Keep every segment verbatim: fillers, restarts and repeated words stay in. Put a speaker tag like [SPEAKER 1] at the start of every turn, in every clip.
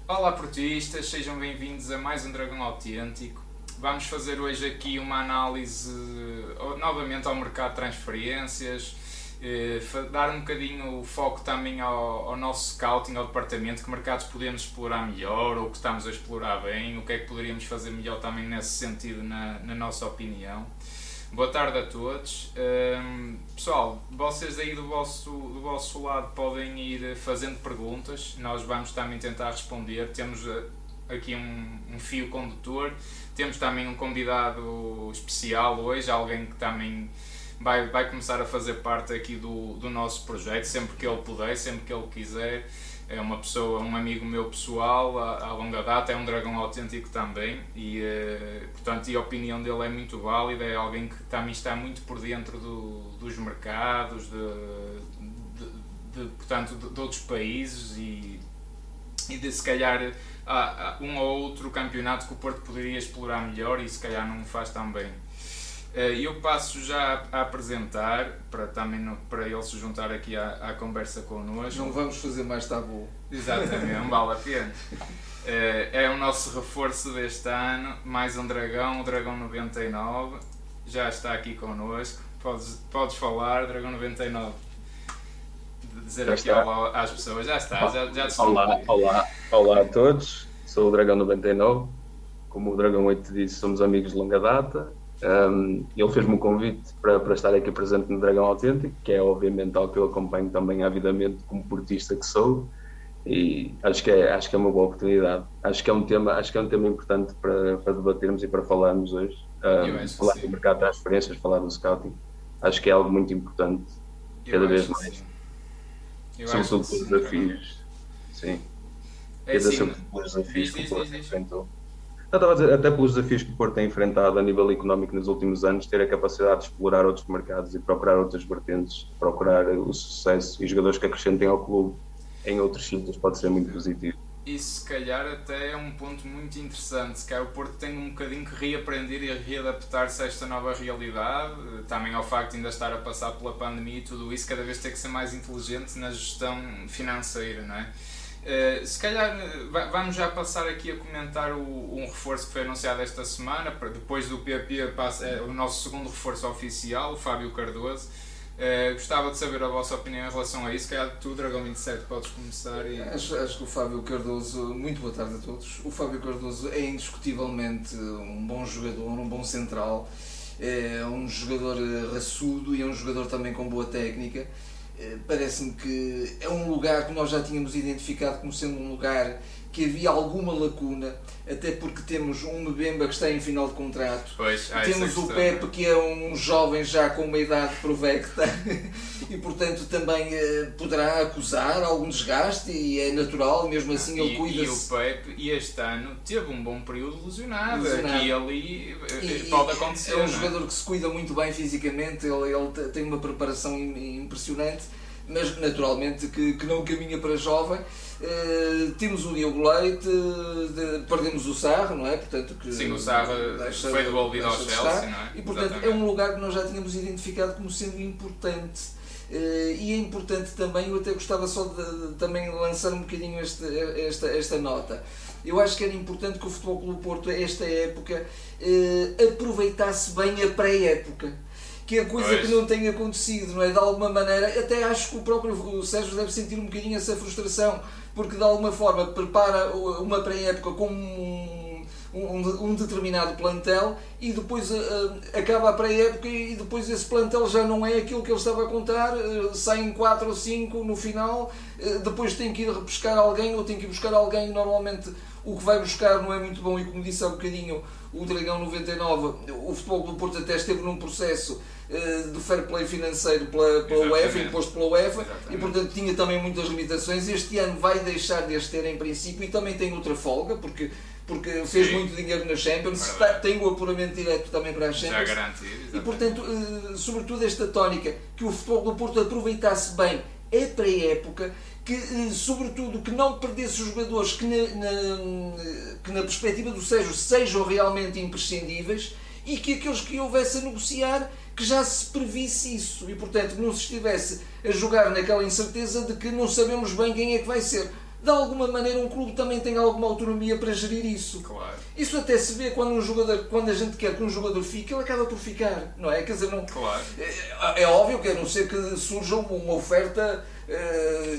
[SPEAKER 1] Olá portistas, sejam bem-vindos a mais um Dragão Autêntico. Vamos fazer hoje aqui uma análise novamente ao mercado de transferências, eh, dar um bocadinho o foco também ao, ao nosso scouting, ao departamento, que mercados podemos explorar melhor ou que estamos a explorar bem, o que é que poderíamos fazer melhor também nesse sentido, na, na nossa opinião. Boa tarde a todos. Um, pessoal, vocês aí do vosso, do vosso lado podem ir fazendo perguntas, nós vamos também tentar responder. Temos aqui um, um fio condutor, temos também um convidado especial hoje, alguém que também vai, vai começar a fazer parte aqui do, do nosso projeto, sempre que ele puder, sempre que ele quiser. É uma pessoa, um amigo meu pessoal, à, longa data, é um dragão autêntico também e, uh, portanto, e a opinião dele é muito válida, é alguém que também está muito por dentro do, dos mercados, de, de, de, portanto, de, de outros países e, e de se calhar há, há um ou outro campeonato que o Porto poderia explorar melhor e se calhar não faz tão bem. Eu passo já a apresentar, para, também no, para ele se juntar aqui à, à conversa connosco.
[SPEAKER 2] Não vamos fazer mais tabu.
[SPEAKER 1] Exatamente, não vale a pena. É o nosso reforço deste ano, mais um dragão, o Dragão noventa e nove, já está aqui connosco. Podes, podes falar, Dragão noventa e nove. Dizer já aqui olá às pessoas, já está, já, já te
[SPEAKER 3] olá, olá, olá a todos, sou o Dragão noventa e nove, como o Dragão oito disse, somos amigos de longa data. Um, ele fez-me um convite para, para estar aqui presente no Dragão Autêntico, que é obviamente algo que eu acompanho também avidamente como portista que sou, e acho que é, acho que é uma boa oportunidade. Acho que é um tema, acho que é um tema importante para, para debatermos e para falarmos hoje. Um, falar do mercado de transferências, falar do scouting, acho que é algo muito importante, eu cada vez mais. Sobretudo pelos desafios. Sim.
[SPEAKER 1] É assim,
[SPEAKER 3] pelos desafios que o Porto enfrentou. Eu estava a dizer, até pelos desafios que o Porto tem enfrentado a nível económico nos últimos anos, ter a capacidade de explorar outros mercados e procurar outras vertentes, procurar o sucesso e jogadores que acrescentem ao clube em outros sítios pode ser muito positivo.
[SPEAKER 1] Isso se calhar até é um ponto muito interessante, se calhar o Porto tem um bocadinho que reaprender e readaptar-se a esta nova realidade, também ao facto de ainda estar a passar pela pandemia e tudo isso, cada vez ter que ser mais inteligente na gestão financeira, não é? Uh, se calhar uh, vamos já passar aqui a comentar o, um reforço que foi anunciado esta semana, para depois do P P passa, é, o nosso segundo reforço oficial, o Fábio Cardoso. Uh, gostava de saber a vossa opinião em relação a isso, se calhar tu, Dragão vinte e sete, podes começar. E...
[SPEAKER 2] Acho, acho que o Fábio Cardoso, muito boa tarde a todos, o Fábio Cardoso é indiscutivelmente um bom jogador, um bom central, é um jogador raçudo e é um jogador também com boa técnica. Parece-me que é um lugar que nós já tínhamos identificado como sendo um lugar que havia alguma lacuna, até porque temos um Mbemba que está em final de contrato,
[SPEAKER 1] pois, ah,
[SPEAKER 2] temos
[SPEAKER 1] é
[SPEAKER 2] o Pepe que é um jovem já com uma idade provecta e portanto também eh, poderá acusar algum desgaste e é natural, mesmo assim ele cuida-se.
[SPEAKER 1] E o Pepe este ano teve um bom período lesionado, lesionado. Aqui e ali
[SPEAKER 2] e,
[SPEAKER 1] pode
[SPEAKER 2] e
[SPEAKER 1] acontecer.
[SPEAKER 2] É um
[SPEAKER 1] não?
[SPEAKER 2] jogador que se cuida muito bem fisicamente, ele, ele tem uma preparação impressionante, mas naturalmente que, que não caminha para jovem. Uh, temos o Diogo Leite, de, perdemos o Sarra, não é? Portanto, que
[SPEAKER 1] sim, o Sarra deixa, foi devolvido ao Chelsea, não é?
[SPEAKER 2] E portanto Exatamente. É um lugar que nós já tínhamos identificado como sendo importante. Uh, e é importante também, eu até gostava só de, de também lançar um bocadinho este, esta, esta nota. Eu acho que era importante que o Futebol Clube Porto, esta época, uh, aproveitasse bem a pré-época. Que é coisa pois. Que não tem acontecido, não é? De alguma maneira, até acho que o próprio o Sérgio deve sentir um bocadinho essa frustração, porque de alguma forma prepara uma pré-época com um, um, um determinado plantel e depois uh, acaba a pré-época e depois esse plantel já não é aquilo que ele estava a contar, uh, saem quatro ou cinco no final, uh, depois tem que ir repescar alguém ou tem que ir buscar alguém, normalmente o que vai buscar não é muito bom e como disse há um bocadinho o Dragão noventa e nove, o Futebol do Porto até esteve num processo uh, de fair play financeiro pela, pela UEFA, imposto pela UEFA. Exatamente. E portanto tinha também muitas limitações. Este ano vai deixar de as ter em princípio e também tem outra folga porque, porque fez Sim. muito dinheiro na Champions, está, tem o apuramento direto também para a Champions.
[SPEAKER 1] Já garantido,
[SPEAKER 2] e portanto, uh, sobretudo esta tónica, que o Futebol do Porto aproveitasse bem a pré-época, que sobretudo que não perdesse os jogadores que na, na, que na perspectiva do Sérgio sejam realmente imprescindíveis e que aqueles que houvesse a negociar que já se previsse isso e portanto não se estivesse a jogar naquela incerteza de que não sabemos bem quem é que vai ser. de alguma maneira um clube também tem alguma autonomia para gerir isso.
[SPEAKER 1] Claro.
[SPEAKER 2] Isso até se vê quando um jogador, quando a gente quer que um jogador fique, ele acaba por ficar, não é? Quer dizer, não,
[SPEAKER 1] claro.
[SPEAKER 2] é, é óbvio que a não ser que surja uma oferta uh,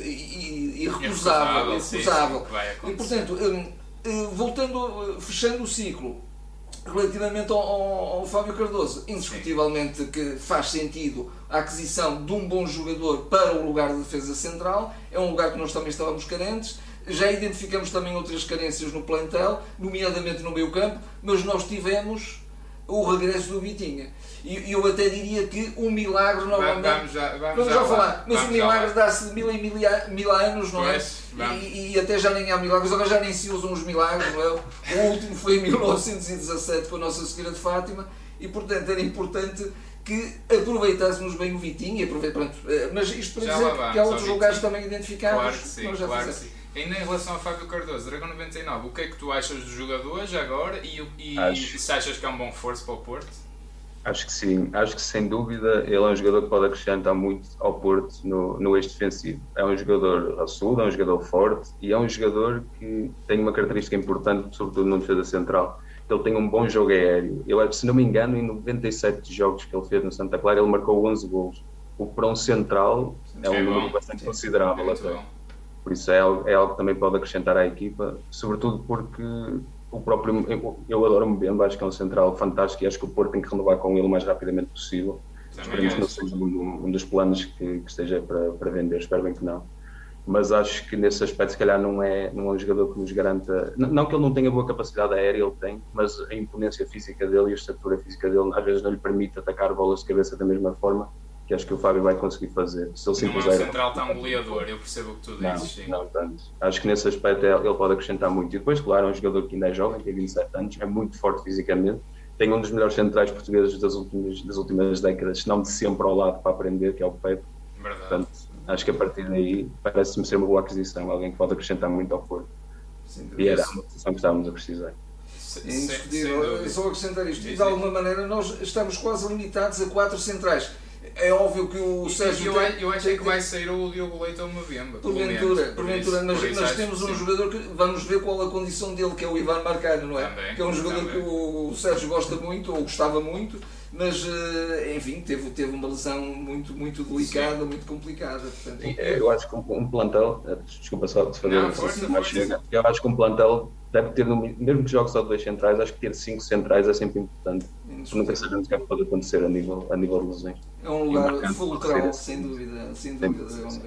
[SPEAKER 2] irrecusável, irrecusável. E portanto, um, voltando, fechando o ciclo, relativamente ao, ao, ao Fábio Cardoso, indiscutivelmente Sim. que faz sentido a aquisição de um bom jogador para o lugar de defesa central, é um lugar que nós também estávamos carentes, já identificamos também outras carências no plantel, nomeadamente no meio campo, mas nós tivemos o regresso do Vitinha. E eu até diria que um milagre novamente.
[SPEAKER 1] Vamos já, vamos
[SPEAKER 2] vamos
[SPEAKER 1] já
[SPEAKER 2] já falar, mas
[SPEAKER 1] vamos
[SPEAKER 2] o milagre dá-se de mil em mil, mil anos, não
[SPEAKER 1] pois,
[SPEAKER 2] é? E, e até já nem há milagres, agora já nem se usam os milagres, não é? O último foi em mil novecentos e dezassete com a Nossa Senhora de Fátima e, portanto, era importante que aproveitássemos bem o Vitinho, e aproveite, pronto, mas isto para
[SPEAKER 1] já
[SPEAKER 2] dizer
[SPEAKER 1] vamos,
[SPEAKER 2] que há outros lugares também identificados.
[SPEAKER 1] Claro que sim,
[SPEAKER 2] nós já
[SPEAKER 1] claro
[SPEAKER 2] fizemos.
[SPEAKER 1] que sim. Ainda em relação ao Fábio Cardoso, Dragão noventa e nove, o que é que tu achas do jogador já agora e, e,
[SPEAKER 3] Acho.
[SPEAKER 1] e se achas que é um bom reforço para o Porto?
[SPEAKER 3] Acho que sim, acho que sem dúvida ele é um jogador que pode acrescentar muito ao Porto no, no eixo defensivo. É um jogador raçudo, é um jogador forte e é um jogador que tem uma característica importante, sobretudo no defesa central. Ele tem um bom jogo aéreo. Ele, se não me engano, em noventa e sete jogos que ele fez no Santa Clara, ele marcou onze golos. O que para um central é um
[SPEAKER 1] é
[SPEAKER 3] número
[SPEAKER 1] bom,
[SPEAKER 3] bastante
[SPEAKER 1] sim,
[SPEAKER 3] considerável
[SPEAKER 1] é
[SPEAKER 3] até.
[SPEAKER 1] bom.
[SPEAKER 3] Por isso é algo, é algo que também pode acrescentar à equipa, sobretudo porque o próprio, eu, eu adoro o Mbemba, acho que é um central fantástico e acho que o Porto tem que renovar com ele o mais rapidamente possível. Esperemos que não seja um, um dos planos que, que esteja para, para vender, espero bem que não. Mas acho que nesse aspecto, se calhar, não é, não é um jogador que nos garanta. Não, não que ele não tenha boa capacidade aérea, ele tem, mas a imponência física dele e a estatura física dele às vezes não lhe permite atacar bolas de cabeça da mesma forma que acho que o Fábio vai conseguir fazer. Se ele
[SPEAKER 1] não é um central tão goleador, eu percebo o que tu dizes.
[SPEAKER 3] Não, não tanto. Acho que nesse aspecto ele pode acrescentar muito. E depois, claro, é um jogador que ainda é jovem, tem vinte e sete anos, é muito forte fisicamente, tem um dos melhores centrais portugueses das últimas, das últimas décadas, se não de sempre ao lado para aprender, que é o Pepe.
[SPEAKER 1] Verdade.
[SPEAKER 3] Portanto, acho que a partir daí parece-me ser uma boa aquisição, alguém que pode acrescentar muito ao Porto.
[SPEAKER 2] Sim,
[SPEAKER 3] e era uma posição que estávamos a precisar.
[SPEAKER 2] É indiscutível. Só acrescentar isto. De alguma maneira, nós estamos quase limitados a quatro centrais. É óbvio que o Sérgio.
[SPEAKER 1] Eu, eu, eu acho que vai sair o Diogo Leite ou o Mbemba.
[SPEAKER 2] Porventura, porventura, mas nós temos um jogador que vamos ver qual a condição dele, que é o Ivan Marcano, não é?
[SPEAKER 1] Também,
[SPEAKER 2] que é um jogador
[SPEAKER 1] também.
[SPEAKER 2] que o Sérgio gosta muito, ou gostava muito, mas enfim, teve, teve uma lesão muito, muito delicada, Sim. muito complicada. Portanto,
[SPEAKER 3] eu acho que um plantel, desculpa só de fazer
[SPEAKER 1] não, força,
[SPEAKER 3] mais
[SPEAKER 1] força.
[SPEAKER 3] chega, eu acho que um plantel deve ter, mesmo que jogue só dois centrais, acho que ter cinco centrais é sempre importante. Nunca sabemos o que é que pode acontecer a nível, a nível de lesões.
[SPEAKER 2] É um lugar fulcral, sem dúvida, sem dúvida,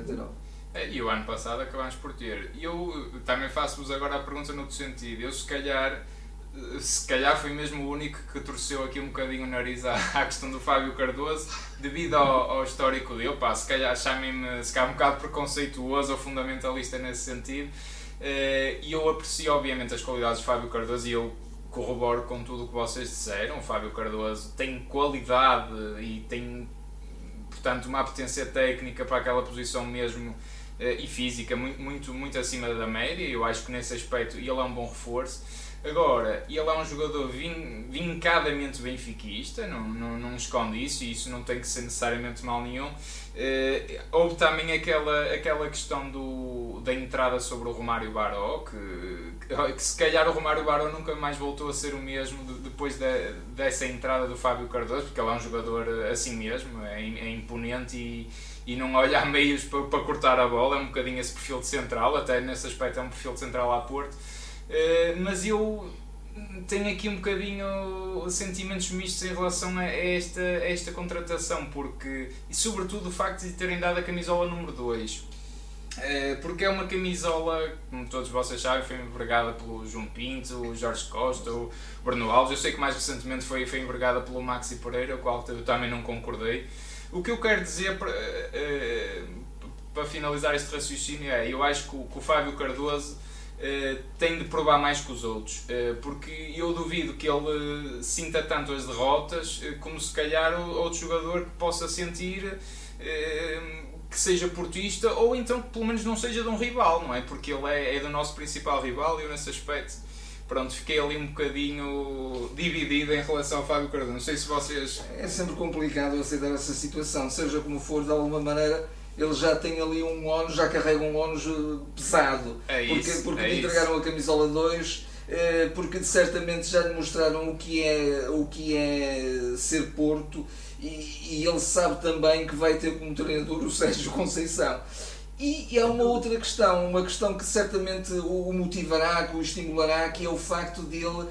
[SPEAKER 1] e o ano passado acabámos por ter. E eu também faço-vos agora a pergunta noutro sentido. Eu se calhar, se calhar fui mesmo o único que torceu aqui um bocadinho o nariz à, à questão do Fábio Cardoso, devido ao, ao histórico dele. Pá, se calhar chamem-me se calhar um bocado preconceituoso ou fundamentalista nesse sentido. E eu aprecio obviamente as qualidades de Fábio Cardoso e eu corroboro com tudo o que vocês disseram. O Fábio Cardoso tem qualidade e tem, portanto, uma apetência técnica para aquela posição mesmo e física muito, muito, muito acima da média. Eu acho que nesse aspecto ele é um bom reforço. Agora, ele é um jogador vin, vincadamente benfiquista, não, não, não esconde isso, e isso não tem que ser necessariamente mal nenhum. Uh, houve também aquela, aquela questão do, da entrada sobre o Romário Baró, que, que se calhar o Romário Baró nunca mais voltou a ser o mesmo de, depois de, dessa entrada do Fábio Cardoso, porque ele é um jogador assim mesmo, é, é imponente e, e não olha a meios para, para cortar a bola, é um bocadinho esse perfil de central, até nesse aspecto é um perfil de central à Porto. Uh, mas eu tenho aqui um bocadinho sentimentos mistos em relação a esta, a esta contratação, porque, e sobretudo o facto de terem dado a camisola número dois, uh, porque é uma camisola, como todos vocês sabem, foi envergada pelo João Pinto, o Jorge Costa, o Bruno Alves. Eu sei que mais recentemente foi, foi envergada pelo Maxi Pereira, o qual eu também não concordei. O que eu quero dizer para, uh, para finalizar este raciocínio é, eu acho que o, que o Fábio Cardoso Uh, tem de provar mais que os outros, uh, porque eu duvido que ele uh, sinta tanto as derrotas uh, como se calhar o, outro jogador que possa sentir uh, que seja portista, ou então que pelo menos não seja de um rival, não é? Porque ele é, é do nosso principal rival e eu nesse aspecto, pronto, fiquei ali um bocadinho dividido em relação ao Fábio Cardoso. Não sei se vocês...
[SPEAKER 2] É sempre complicado aceitar essa situação, seja como for, de alguma maneira. ele já tem ali um ónus, já carrega um ónus pesado,
[SPEAKER 1] é
[SPEAKER 2] porque,
[SPEAKER 1] isso,
[SPEAKER 2] porque
[SPEAKER 1] é
[SPEAKER 2] lhe entregaram a camisola dois, porque certamente já lhe mostraram o que é, o que é ser Porto, e, e ele sabe também que vai ter como treinador o Sérgio Conceição. E há uma outra questão, uma questão que certamente o motivará, que o estimulará, que é o facto dele,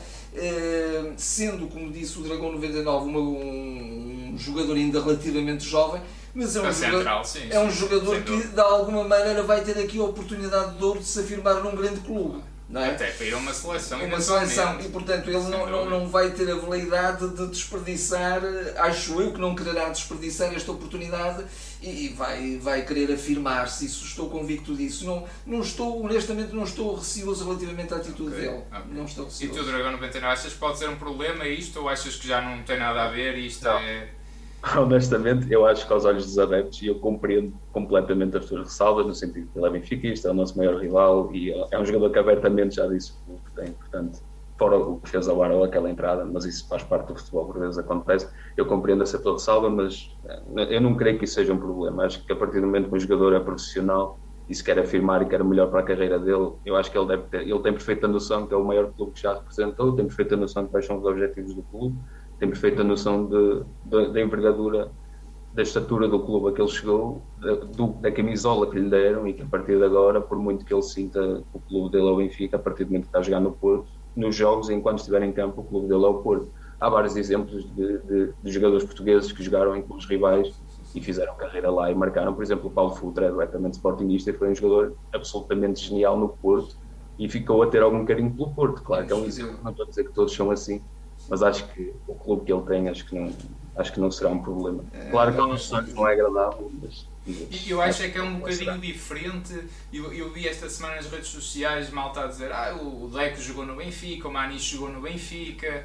[SPEAKER 2] eh, sendo, como disse o Dragão noventa e nove, uma, um, um jogador ainda relativamente jovem, mas é um, jogador,
[SPEAKER 1] central, sim,
[SPEAKER 2] é um
[SPEAKER 1] sim,
[SPEAKER 2] jogador que de alguma maneira vai ter aqui a oportunidade de ouro de se afirmar num grande clube. Não é?
[SPEAKER 1] Até para ir a uma seleção.
[SPEAKER 2] Uma seleção, e portanto ele não, não, não vai ter a veleidade de desperdiçar, acho eu que não quererá desperdiçar esta oportunidade, e vai, vai querer afirmar-se, isso estou convicto disso. Não, não estou, honestamente, não estou receoso relativamente à atitude okay, dele. Okay. Não estou receoso.
[SPEAKER 1] E tu, Dragão noventa e nove, achas que pode ser um problema isto, ou achas que já não tem nada a ver e isto não. é...
[SPEAKER 3] Honestamente, eu acho que aos olhos dos adeptos, e eu compreendo completamente as tuas ressalvas, no sentido que ele é benfiquista, é o nosso maior rival, e é um jogador que abertamente já disse o que tem, portanto, fora o que fez ao Barão, aquela entrada, mas isso faz parte do futebol, por vezes acontece. Eu compreendo essa tua ressalva, mas eu não creio que isso seja um problema. Acho que a partir do momento que um jogador é profissional e se quer afirmar e quer o melhor para a carreira dele, eu acho que ele deve ter, ele tem perfeita noção que é o maior clube que já representou, tem perfeita noção de quais são os objetivos do clube, tem perfeita noção de, de, da envergadura, da estatura do clube a que ele chegou, da, do, da camisola que lhe deram, e que a partir de agora, por muito que ele sinta que o clube dele é o Benfica, a partir do momento que está a jogar no Porto, nos jogos, enquanto estiver em campo, o clube dele é o Porto. Há vários exemplos de, de, de jogadores portugueses que jogaram em clubes rivais e fizeram carreira lá e marcaram. Por exemplo, o Paulo Futre é diretamente sportingista e foi um jogador absolutamente genial no Porto e ficou a ter algum carinho pelo Porto. Claro que é um exemplo, não estou a dizer que todos são assim, mas acho que o clube que ele tem, acho que não, acho que não será um problema. Claro que aos sonhos não é agradável, mas...
[SPEAKER 1] E eu acho é que é um bocadinho diferente. Eu, eu vi esta semana nas redes sociais malta a dizer ah, o Deco jogou no Benfica, o Maniche jogou no Benfica,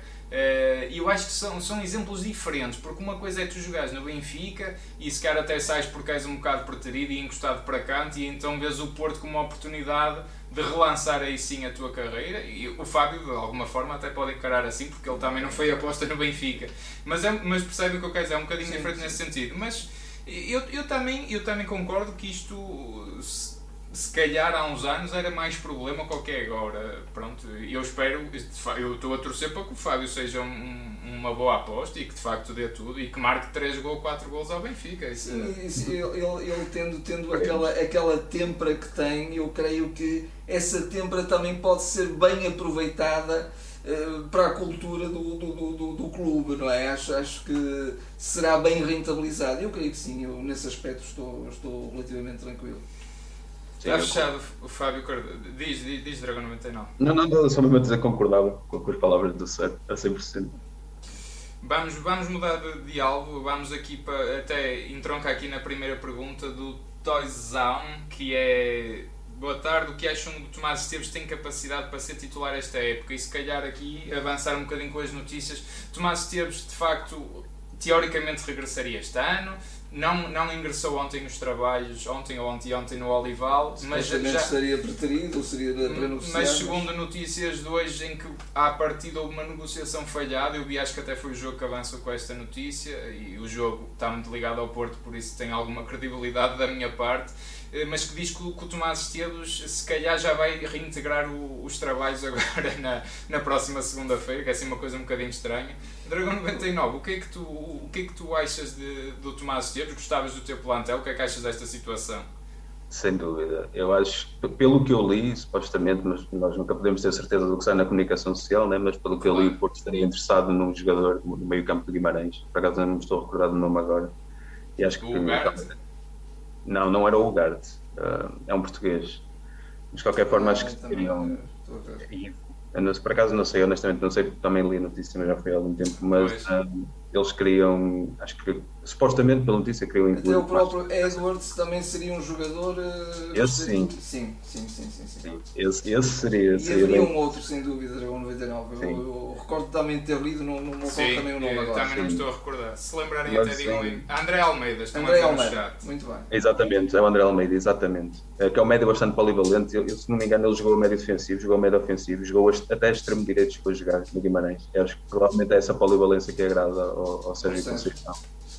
[SPEAKER 1] e eu acho que são, são exemplos diferentes, porque uma coisa é tu jogares no Benfica e se calhar até sais porque és um bocado preterido e encostado para canto, e então vês o Porto como uma oportunidade de relançar aí sim a tua carreira, e o Fábio de alguma forma até pode encarar assim, porque ele também não foi aposta no Benfica, mas, é, mas percebe o que eu quero dizer, é um bocadinho sim, diferente sim. nesse sentido. Mas Eu, eu, também, eu também concordo que isto, se, se calhar há uns anos, era mais problema que o que é agora. Pronto, eu espero, eu estou a torcer para que o Fábio seja um, uma boa aposta e que de facto dê tudo e que marque três gols, quatro gols ao Benfica. Isso é...
[SPEAKER 2] Sim, ele, ele tendo, tendo aquela, aquela tempra que tem, eu creio que essa tempra também pode ser bem aproveitada para a cultura do, do, do, do clube, não é? Acho, acho que será bem rentabilizado. Eu creio que sim, eu nesse aspecto estou, estou relativamente tranquilo.
[SPEAKER 1] Está fechado, o Fábio Cardoso. Diz, diz, diz Dragão noventa e nove.
[SPEAKER 3] Não, não, só mesmo a dizer que concordava com, com as palavras do Sérgio, a cem por cento.
[SPEAKER 1] Vamos, vamos mudar de, de alvo, vamos aqui para, até entroncar aqui na primeira pergunta do Toyzão, que é... Boa tarde, o que acham do Tomás Esteves tem capacidade para ser titular esta época? E se calhar aqui avançar um bocadinho com as notícias. Tomás Esteves de facto teoricamente regressaria este ano, não, não ingressou ontem nos trabalhos, ontem ou ontem no Olival, mas já
[SPEAKER 2] estaria preterido, ou seria para negociar.
[SPEAKER 1] Mas segundo notícias de hoje em que à partida houve uma negociação falhada, eu vi, acho que até foi o jogo que avançou com esta notícia, e o jogo está muito ligado ao Porto, por isso tem alguma credibilidade da minha parte, mas que diz que o, que o Tomás Esteves se calhar já vai reintegrar o, os trabalhos agora na, na próxima segunda-feira, que é assim uma coisa um bocadinho estranha. Dragão noventa e nove, o que é que tu, o que é que tu achas de, do Tomás Esteves? Gostavas do teu plantel? O que é que achas desta situação?
[SPEAKER 3] Sem dúvida. Eu acho, pelo que eu li, supostamente, mas nós nunca podemos ter certeza do que sai na comunicação social, né? Mas pelo que eu li, o Porto estaria interessado num jogador no meio campo de Guimarães. Por acaso não me estou a recordar do nome agora. E acho que... Não, não era o Ugarte, uh, é um português. Mas de qualquer forma, ah, acho que teriam. Por acaso não sei, honestamente não sei, porque também li a notícia, mas já foi há algum tempo. Mas uh, eles queriam, acho que supostamente pela notícia, queriam incluir.
[SPEAKER 2] Até o próprio Edwards também seria um jogador. Uh,
[SPEAKER 3] esse sim.
[SPEAKER 2] Sim, sim, sim. sim, sim.
[SPEAKER 3] sim esse, esse seria.
[SPEAKER 2] E
[SPEAKER 3] seria
[SPEAKER 2] haveria
[SPEAKER 3] bem...
[SPEAKER 2] um outro, sem dúvida, Dragão noventa e nove. Eu, eu recordo também de ter lido, não, não me recordo também o nome agora.
[SPEAKER 1] Também não me estou a recordar. Se lembrarem, mas, até digam ali. André Almeida, estão
[SPEAKER 2] André
[SPEAKER 1] a
[SPEAKER 2] Almeida.
[SPEAKER 1] no chat.
[SPEAKER 2] Muito bem.
[SPEAKER 3] Exatamente, é o André Almeida, exatamente. É, que é um médio bastante polivalente. Eu, eu, se não me engano, ele jogou médio defensivo, jogou médio ofensivo, jogou até extremo direito depois de jogar no Guimarães. Eu acho que provavelmente é essa polivalência que agrada ao, ao Sérgio Conceição.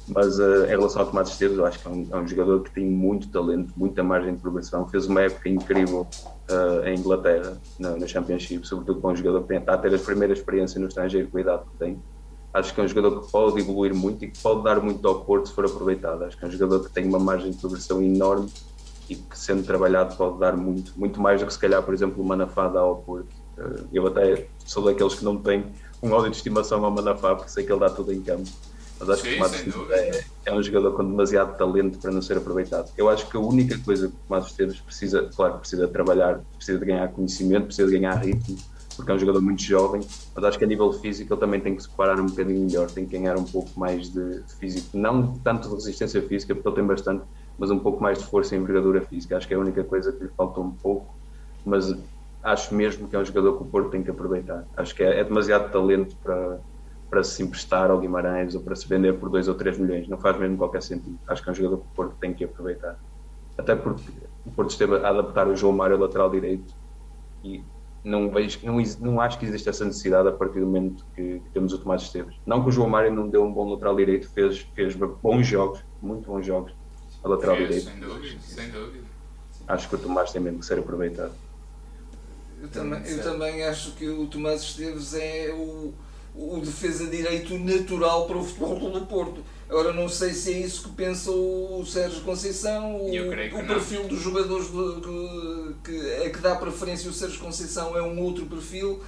[SPEAKER 3] Mas uh, em relação ao Tomás Esteves, eu acho que é um, é um jogador que tem muito talento, muita margem de progressão, fez uma época incrível uh, em Inglaterra, na, na Championship, sobretudo com um jogador que tem, está a ter as primeiras experiências no estrangeiro com a idade que tem. Acho que é um jogador que pode evoluir muito e que pode dar muito ao Porto se for aproveitado. Acho que é um jogador que tem uma margem de progressão enorme e que, sendo trabalhado, pode dar muito, muito mais do que se calhar, por exemplo, o Manafá dá ao Porto. Uh, eu até sou daqueles que não têm um ódio de estimação ao Manafá, porque sei que ele dá tudo em campo. Mas acho Sim, que o Tomás Esteves é, é um jogador com demasiado talento para não ser aproveitado. Eu acho que a única coisa que o Tomás Esteves precisa, claro, precisa de trabalhar, precisa de ganhar conhecimento, precisa de ganhar ritmo, porque é um jogador muito jovem, mas acho que a nível físico ele também tem que se preparar um bocadinho melhor, tem que ganhar um pouco mais de, de físico, não tanto de resistência física, porque ele tem bastante, mas um pouco mais de força e envergadura física. Acho que é a única coisa que lhe falta um pouco, mas acho mesmo que é um jogador que o Porto tem que aproveitar. Acho que é, é demasiado talento para... para se emprestar ao Guimarães ou para se vender por dois ou três milhões, não faz mesmo qualquer sentido. Acho que é um jogador que o Porto tem que aproveitar. Até porque o Porto esteve a adaptar o João Mário lateral direito e não, vejo, não, não acho que existe essa necessidade a partir do momento que, que temos o Tomás Esteves. Não que o João Mário não deu um bom lateral direito, fez, fez bons jogos, muito bons jogos a lateral
[SPEAKER 1] é,
[SPEAKER 3] direito.
[SPEAKER 1] Sem dúvida, sem dúvida.
[SPEAKER 3] Acho que o Tomás tem mesmo que ser aproveitado.
[SPEAKER 2] Eu também, eu também acho que o Tomás Esteves é o o defesa direito natural para o Futebol do Porto. Agora não sei se é isso que pensa o Sérgio Conceição, o, o perfil dos jogadores de, que, que, a que dá preferência o Sérgio Conceição é um outro perfil.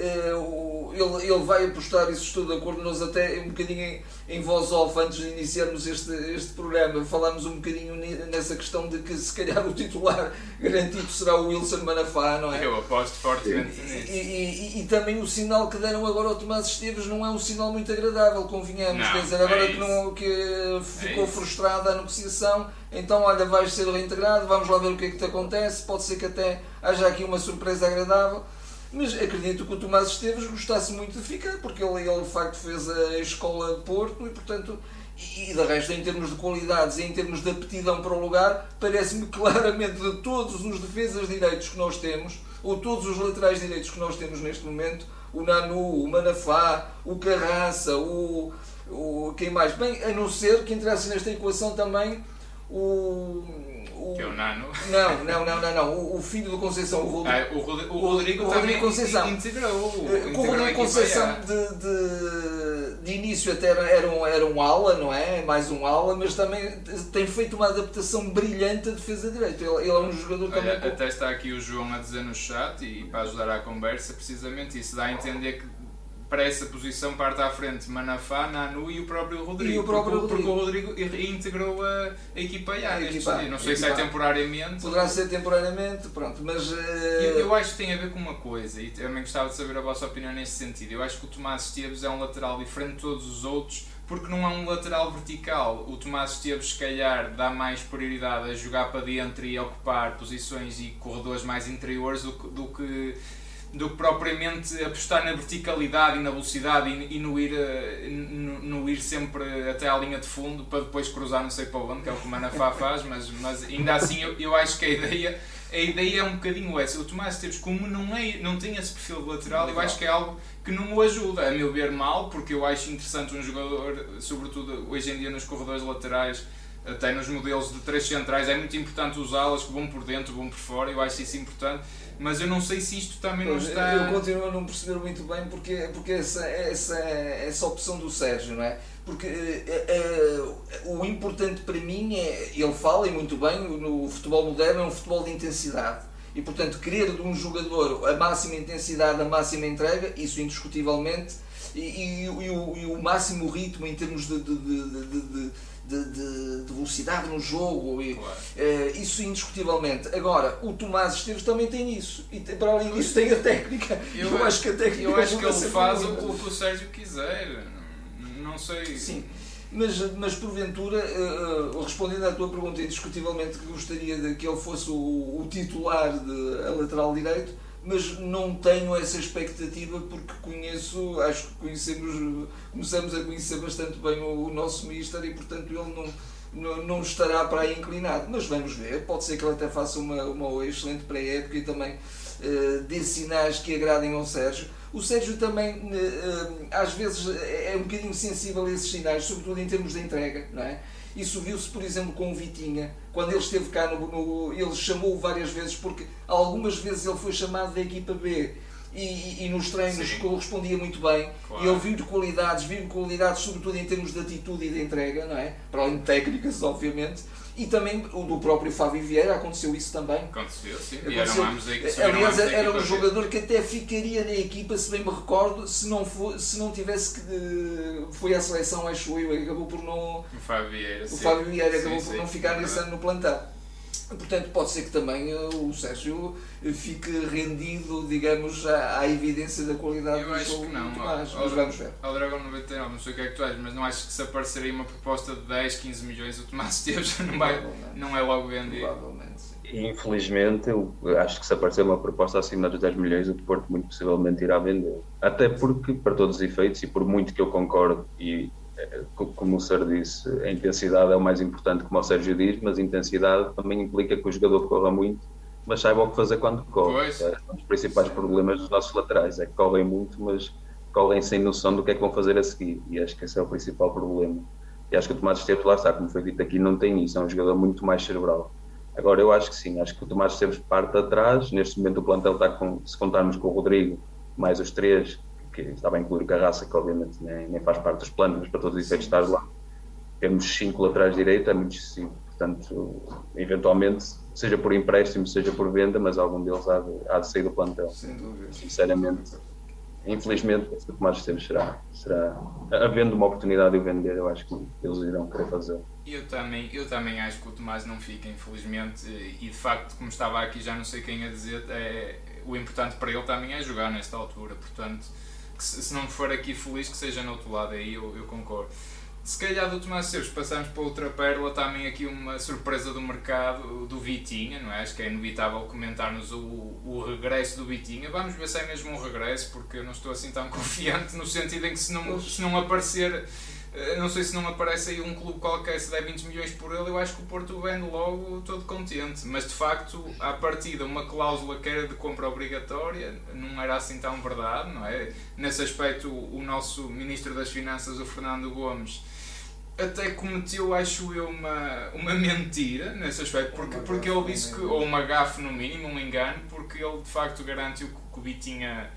[SPEAKER 2] Ele, ele vai apostar, isso estou de acordo. Nós até um bocadinho em, em voz off, antes de iniciarmos este, este programa, falámos um bocadinho nessa questão de que se calhar o titular garantido será o Wilson Manafá, não é?
[SPEAKER 1] Eu aposto fortemente
[SPEAKER 2] nisso. E, e, e, e também o sinal que deram agora ao Tomás Esteves não é um sinal muito agradável, convenhamos.
[SPEAKER 1] Não,
[SPEAKER 2] quer dizer, agora
[SPEAKER 1] é
[SPEAKER 2] que, não, que ficou
[SPEAKER 1] é
[SPEAKER 2] frustrada a negociação, então olha, vais ser reintegrado, vamos lá ver o que é que te acontece, pode ser que até haja aqui uma surpresa agradável. Mas acredito que o Tomás Esteves gostasse muito de ficar, porque ele, ele de facto fez a escola de Porto e, portanto, e, e de resto, em termos de qualidades e em termos de aptidão para o lugar, parece-me claramente de todos os defesas direitos que nós temos, ou todos os laterais direitos que nós temos neste momento, o Nanu, o Manafá, o Carrança, o, o quem mais? Bem, a não ser que entrasse nesta equação também o...
[SPEAKER 1] O, que é o Nano?
[SPEAKER 2] Não, não, não, não, não. O, o filho do Conceição, o Rodrigo.
[SPEAKER 1] Ah, o, Rodrigo, o Rodrigo,
[SPEAKER 2] o Rodrigo Conceição.
[SPEAKER 1] integrou.
[SPEAKER 2] Com o Rodrigo Conceição de, de, de início até era um, era um ala, não é? Mais um ala, mas também tem feito uma adaptação brilhante à defesa direita. Ele, ele é um jogador também.
[SPEAKER 1] Olha, até está aqui o João a dizer no chat, e para ajudar à conversa, precisamente isso dá a entender que para essa posição parte à frente Manafá, Nanu e o próprio Rodrigo.
[SPEAKER 2] E o próprio
[SPEAKER 1] porque,
[SPEAKER 2] Rodrigo.
[SPEAKER 1] porque o Rodrigo integrou a, a equipa A.
[SPEAKER 2] A equipa,
[SPEAKER 1] não sei
[SPEAKER 2] a
[SPEAKER 1] se é temporariamente.
[SPEAKER 2] Poderá ser temporariamente, pronto, mas... Uh...
[SPEAKER 1] Eu, eu acho que tem a ver com uma coisa, e também gostava de saber a vossa opinião nesse sentido. Eu acho que o Tomás Esteves é um lateral diferente de todos os outros, porque não é um lateral vertical. O Tomás Esteves, se calhar, dá mais prioridade a jogar para dentro e a ocupar posições e corredores mais interiores do que... Do que do que propriamente apostar na verticalidade e na velocidade e, e no, ir, no, no ir sempre até à linha de fundo para depois cruzar não sei para onde, que é o que o Manafá faz, mas, mas ainda assim eu, eu acho que a ideia, a ideia é um bocadinho essa. O Tomás Esteves, como não, é, não tem esse perfil de lateral, eu acho que é algo que não o ajuda, a meu ver, mal, porque eu acho interessante um jogador, sobretudo hoje em dia nos corredores laterais, até nos modelos de três centrais, é muito importante usá-las, que vão por dentro, vão por fora, eu acho isso importante. Mas eu não sei se isto também
[SPEAKER 2] pois,
[SPEAKER 1] não está...
[SPEAKER 2] Eu continuo a não perceber muito bem porque, porque essa, essa, essa opção do Sérgio, não é? Porque uh, uh, o importante para mim é, ele fala e muito bem, no futebol moderno é um futebol de intensidade. E portanto querer de um jogador a máxima intensidade, a máxima entrega, isso indiscutivelmente, e, e, e, o, e o máximo ritmo em termos de, de, de, de, de De, de, de velocidade no jogo, e,
[SPEAKER 1] claro.
[SPEAKER 2] uh, isso indiscutivelmente. Agora, o Tomás Esteves também tem isso, e para além disso tem a técnica.
[SPEAKER 1] Eu,
[SPEAKER 2] eu acho que a técnica
[SPEAKER 1] eu acho que ele faz
[SPEAKER 2] muito.
[SPEAKER 1] o que o Sérgio quiser, não, não sei.
[SPEAKER 2] Sim, mas, mas porventura, uh, respondendo à tua pergunta, indiscutivelmente que gostaria de que ele fosse o, o titular de a lateral direito, mas não tenho essa expectativa porque conheço, acho que conhecemos, começamos a conhecer bastante bem o, o nosso Mister e portanto ele não, não, não estará para aí inclinado, mas vamos ver, pode ser que ele até faça uma, uma excelente pré-época e também uh, dê sinais que agradem ao Sérgio. O Sérgio também, às vezes, é um bocadinho sensível a esses sinais, sobretudo em termos de entrega, não é? Isso viu-se, por exemplo, com o Vitinha, quando ele esteve cá, no, no, ele chamou-o várias vezes, porque algumas vezes ele foi chamado da equipa B e, e, e nos treinos Sim. correspondia muito bem, claro. E ele viu de qualidades, viu de qualidades, sobretudo em termos de atitude e de entrega, não é? Para além de técnicas, obviamente. E também o do próprio Fábio Vieira, aconteceu isso também.
[SPEAKER 1] Aconteceu, sim.
[SPEAKER 2] Aconteceu.
[SPEAKER 1] E eram ambos aí,
[SPEAKER 2] aliás, era um jogador que até ficaria na equipa, se bem me recordo, se não, for, se não tivesse que. Foi à seleção, acho eu, e acabou por não.
[SPEAKER 1] O Fábio Vieira,
[SPEAKER 2] o
[SPEAKER 1] sim.
[SPEAKER 2] Fábio Vieira acabou
[SPEAKER 1] sim,
[SPEAKER 2] por
[SPEAKER 1] sim,
[SPEAKER 2] não ficar
[SPEAKER 1] sim,
[SPEAKER 2] nesse
[SPEAKER 1] é
[SPEAKER 2] ano no plantel. Portanto, pode ser que também o Sérgio fique rendido, digamos, à, à evidência da qualidade
[SPEAKER 1] eu
[SPEAKER 2] do jogo
[SPEAKER 1] que não.
[SPEAKER 2] do Tomás,
[SPEAKER 1] ao,
[SPEAKER 2] mas vamos ver.
[SPEAKER 1] Ao Dragão noventa e nove, não sei o que é que tu achas, mas não acho que se apareceria uma proposta de dez, quinze milhões, o Tomás Esteves não, vai, não é logo vendido.
[SPEAKER 2] Provavelmente, sim.
[SPEAKER 3] Infelizmente, eu acho que se aparecer uma proposta acima dos dez milhões, o Porto muito possivelmente irá vender. Até porque, para todos os efeitos, e por muito que eu concordo, e como o Sérgio disse, a intensidade é o mais importante, como o Sérgio diz, mas a intensidade também implica que o jogador corra muito, mas saiba o que fazer quando corre. É um dos principais problemas dos nossos laterais, é que correm muito, mas correm sem noção do que é que vão fazer a seguir, e acho que esse é o principal problema. E acho que o Tomás Esteves, lá está, como foi dito aqui, não tem isso, é um jogador muito mais cerebral. Agora, eu acho que sim, acho que o Tomás Esteves parte atrás, neste momento o plantel está com, se contarmos com o Rodrigo, mais os três, que estava a incluir o Carraça, que obviamente nem, nem faz parte dos planos, mas para todos os efeitos estar lá. Temos cinco laterais direitos, é muito excessivo. Portanto, eventualmente, seja por empréstimo, seja por venda, mas algum deles há de, há de sair do plantel.
[SPEAKER 2] Sem dúvida.
[SPEAKER 3] Sinceramente, infelizmente, o Tomás Esteves será, será, havendo uma oportunidade de o vender, eu acho que eles irão querer fazer.
[SPEAKER 1] Eu também, eu também acho que o Tomás não fica, infelizmente, e de facto, como estava aqui, já não sei quem a dizer, é, o importante para ele também é jogar nesta altura, portanto, que se, se não for aqui feliz, que seja no outro lado, aí eu, eu concordo. Se calhar do Tomás Esteves passamos para outra pérola, também aqui uma surpresa do mercado, do Vitinha, não é? Acho que é inevitável comentarmos o, o regresso do Vitinha. Vamos ver se é mesmo um regresso, porque eu não estou assim tão confiante, no sentido em que se não, se não aparecer, não sei se não aparece aí um clube qualquer se der vinte milhões por ele, eu acho que o Porto vende logo todo contente. Mas de facto, à partida, uma cláusula que era de compra obrigatória, não era assim tão verdade, não é? Nesse aspecto, o nosso Ministro das Finanças, o Fernando Gomes, até cometeu, acho eu, uma, uma mentira nesse aspecto, porque, porque ele disse que, ou uma gafe no mínimo, um engano, porque ele de facto garantiu que o Vitinha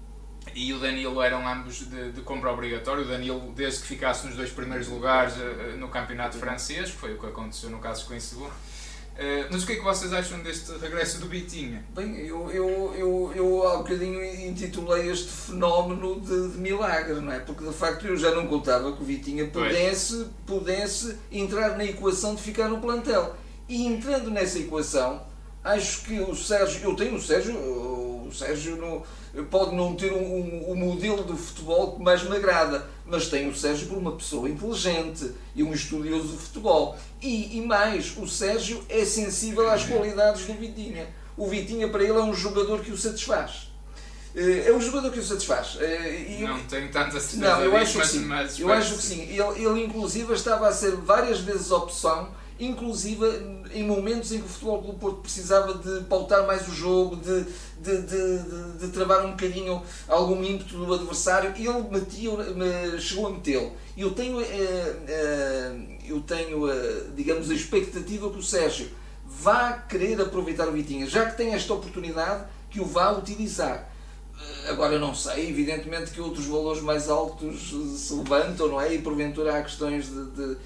[SPEAKER 1] e o Danilo eram ambos de, de compra obrigatória. O Danilo, desde que ficasse nos dois primeiros lugares no campeonato francês, foi o que aconteceu no caso com o segundo. Uh, mas o que é que vocês acham deste regresso do Vitinha?
[SPEAKER 2] Bem, eu, eu, eu, eu há um bocadinho intitulei este fenómeno de, de milagre, não é? Porque de facto eu já não contava que o Vitinha pudesse, pudesse entrar na equação de ficar no plantel. E entrando nessa equação, acho que o Sérgio, eu tenho o Sérgio, o Sérgio não, pode não ter um, um, um modelo de futebol que mais me agrada, mas tenho o Sérgio por uma pessoa inteligente e um estudioso de futebol. E, e mais, o Sérgio é sensível às qualidades do Vitinha. O Vitinha para ele é um jogador que o satisfaz. É um jogador que o satisfaz. E
[SPEAKER 1] não eu, tenho tanta certeza
[SPEAKER 2] Não, eu acho
[SPEAKER 1] mas,
[SPEAKER 2] que sim.
[SPEAKER 1] Mas,
[SPEAKER 2] eu acho que sim. Ele, ele inclusive estava a ser várias vezes opção, inclusive em momentos em que o Futebol Clube Porto precisava de pautar mais o jogo, de, de, de, de, de travar um bocadinho algum ímpeto do adversário, e ele metia, chegou a metê-lo. Eu tenho, eu tenho, digamos, a expectativa que o Sérgio vá querer aproveitar o Vitinha, já que tem esta oportunidade, que o vá utilizar. Agora eu não sei, evidentemente que outros valores mais altos se levantam, não é? E porventura há questões de, de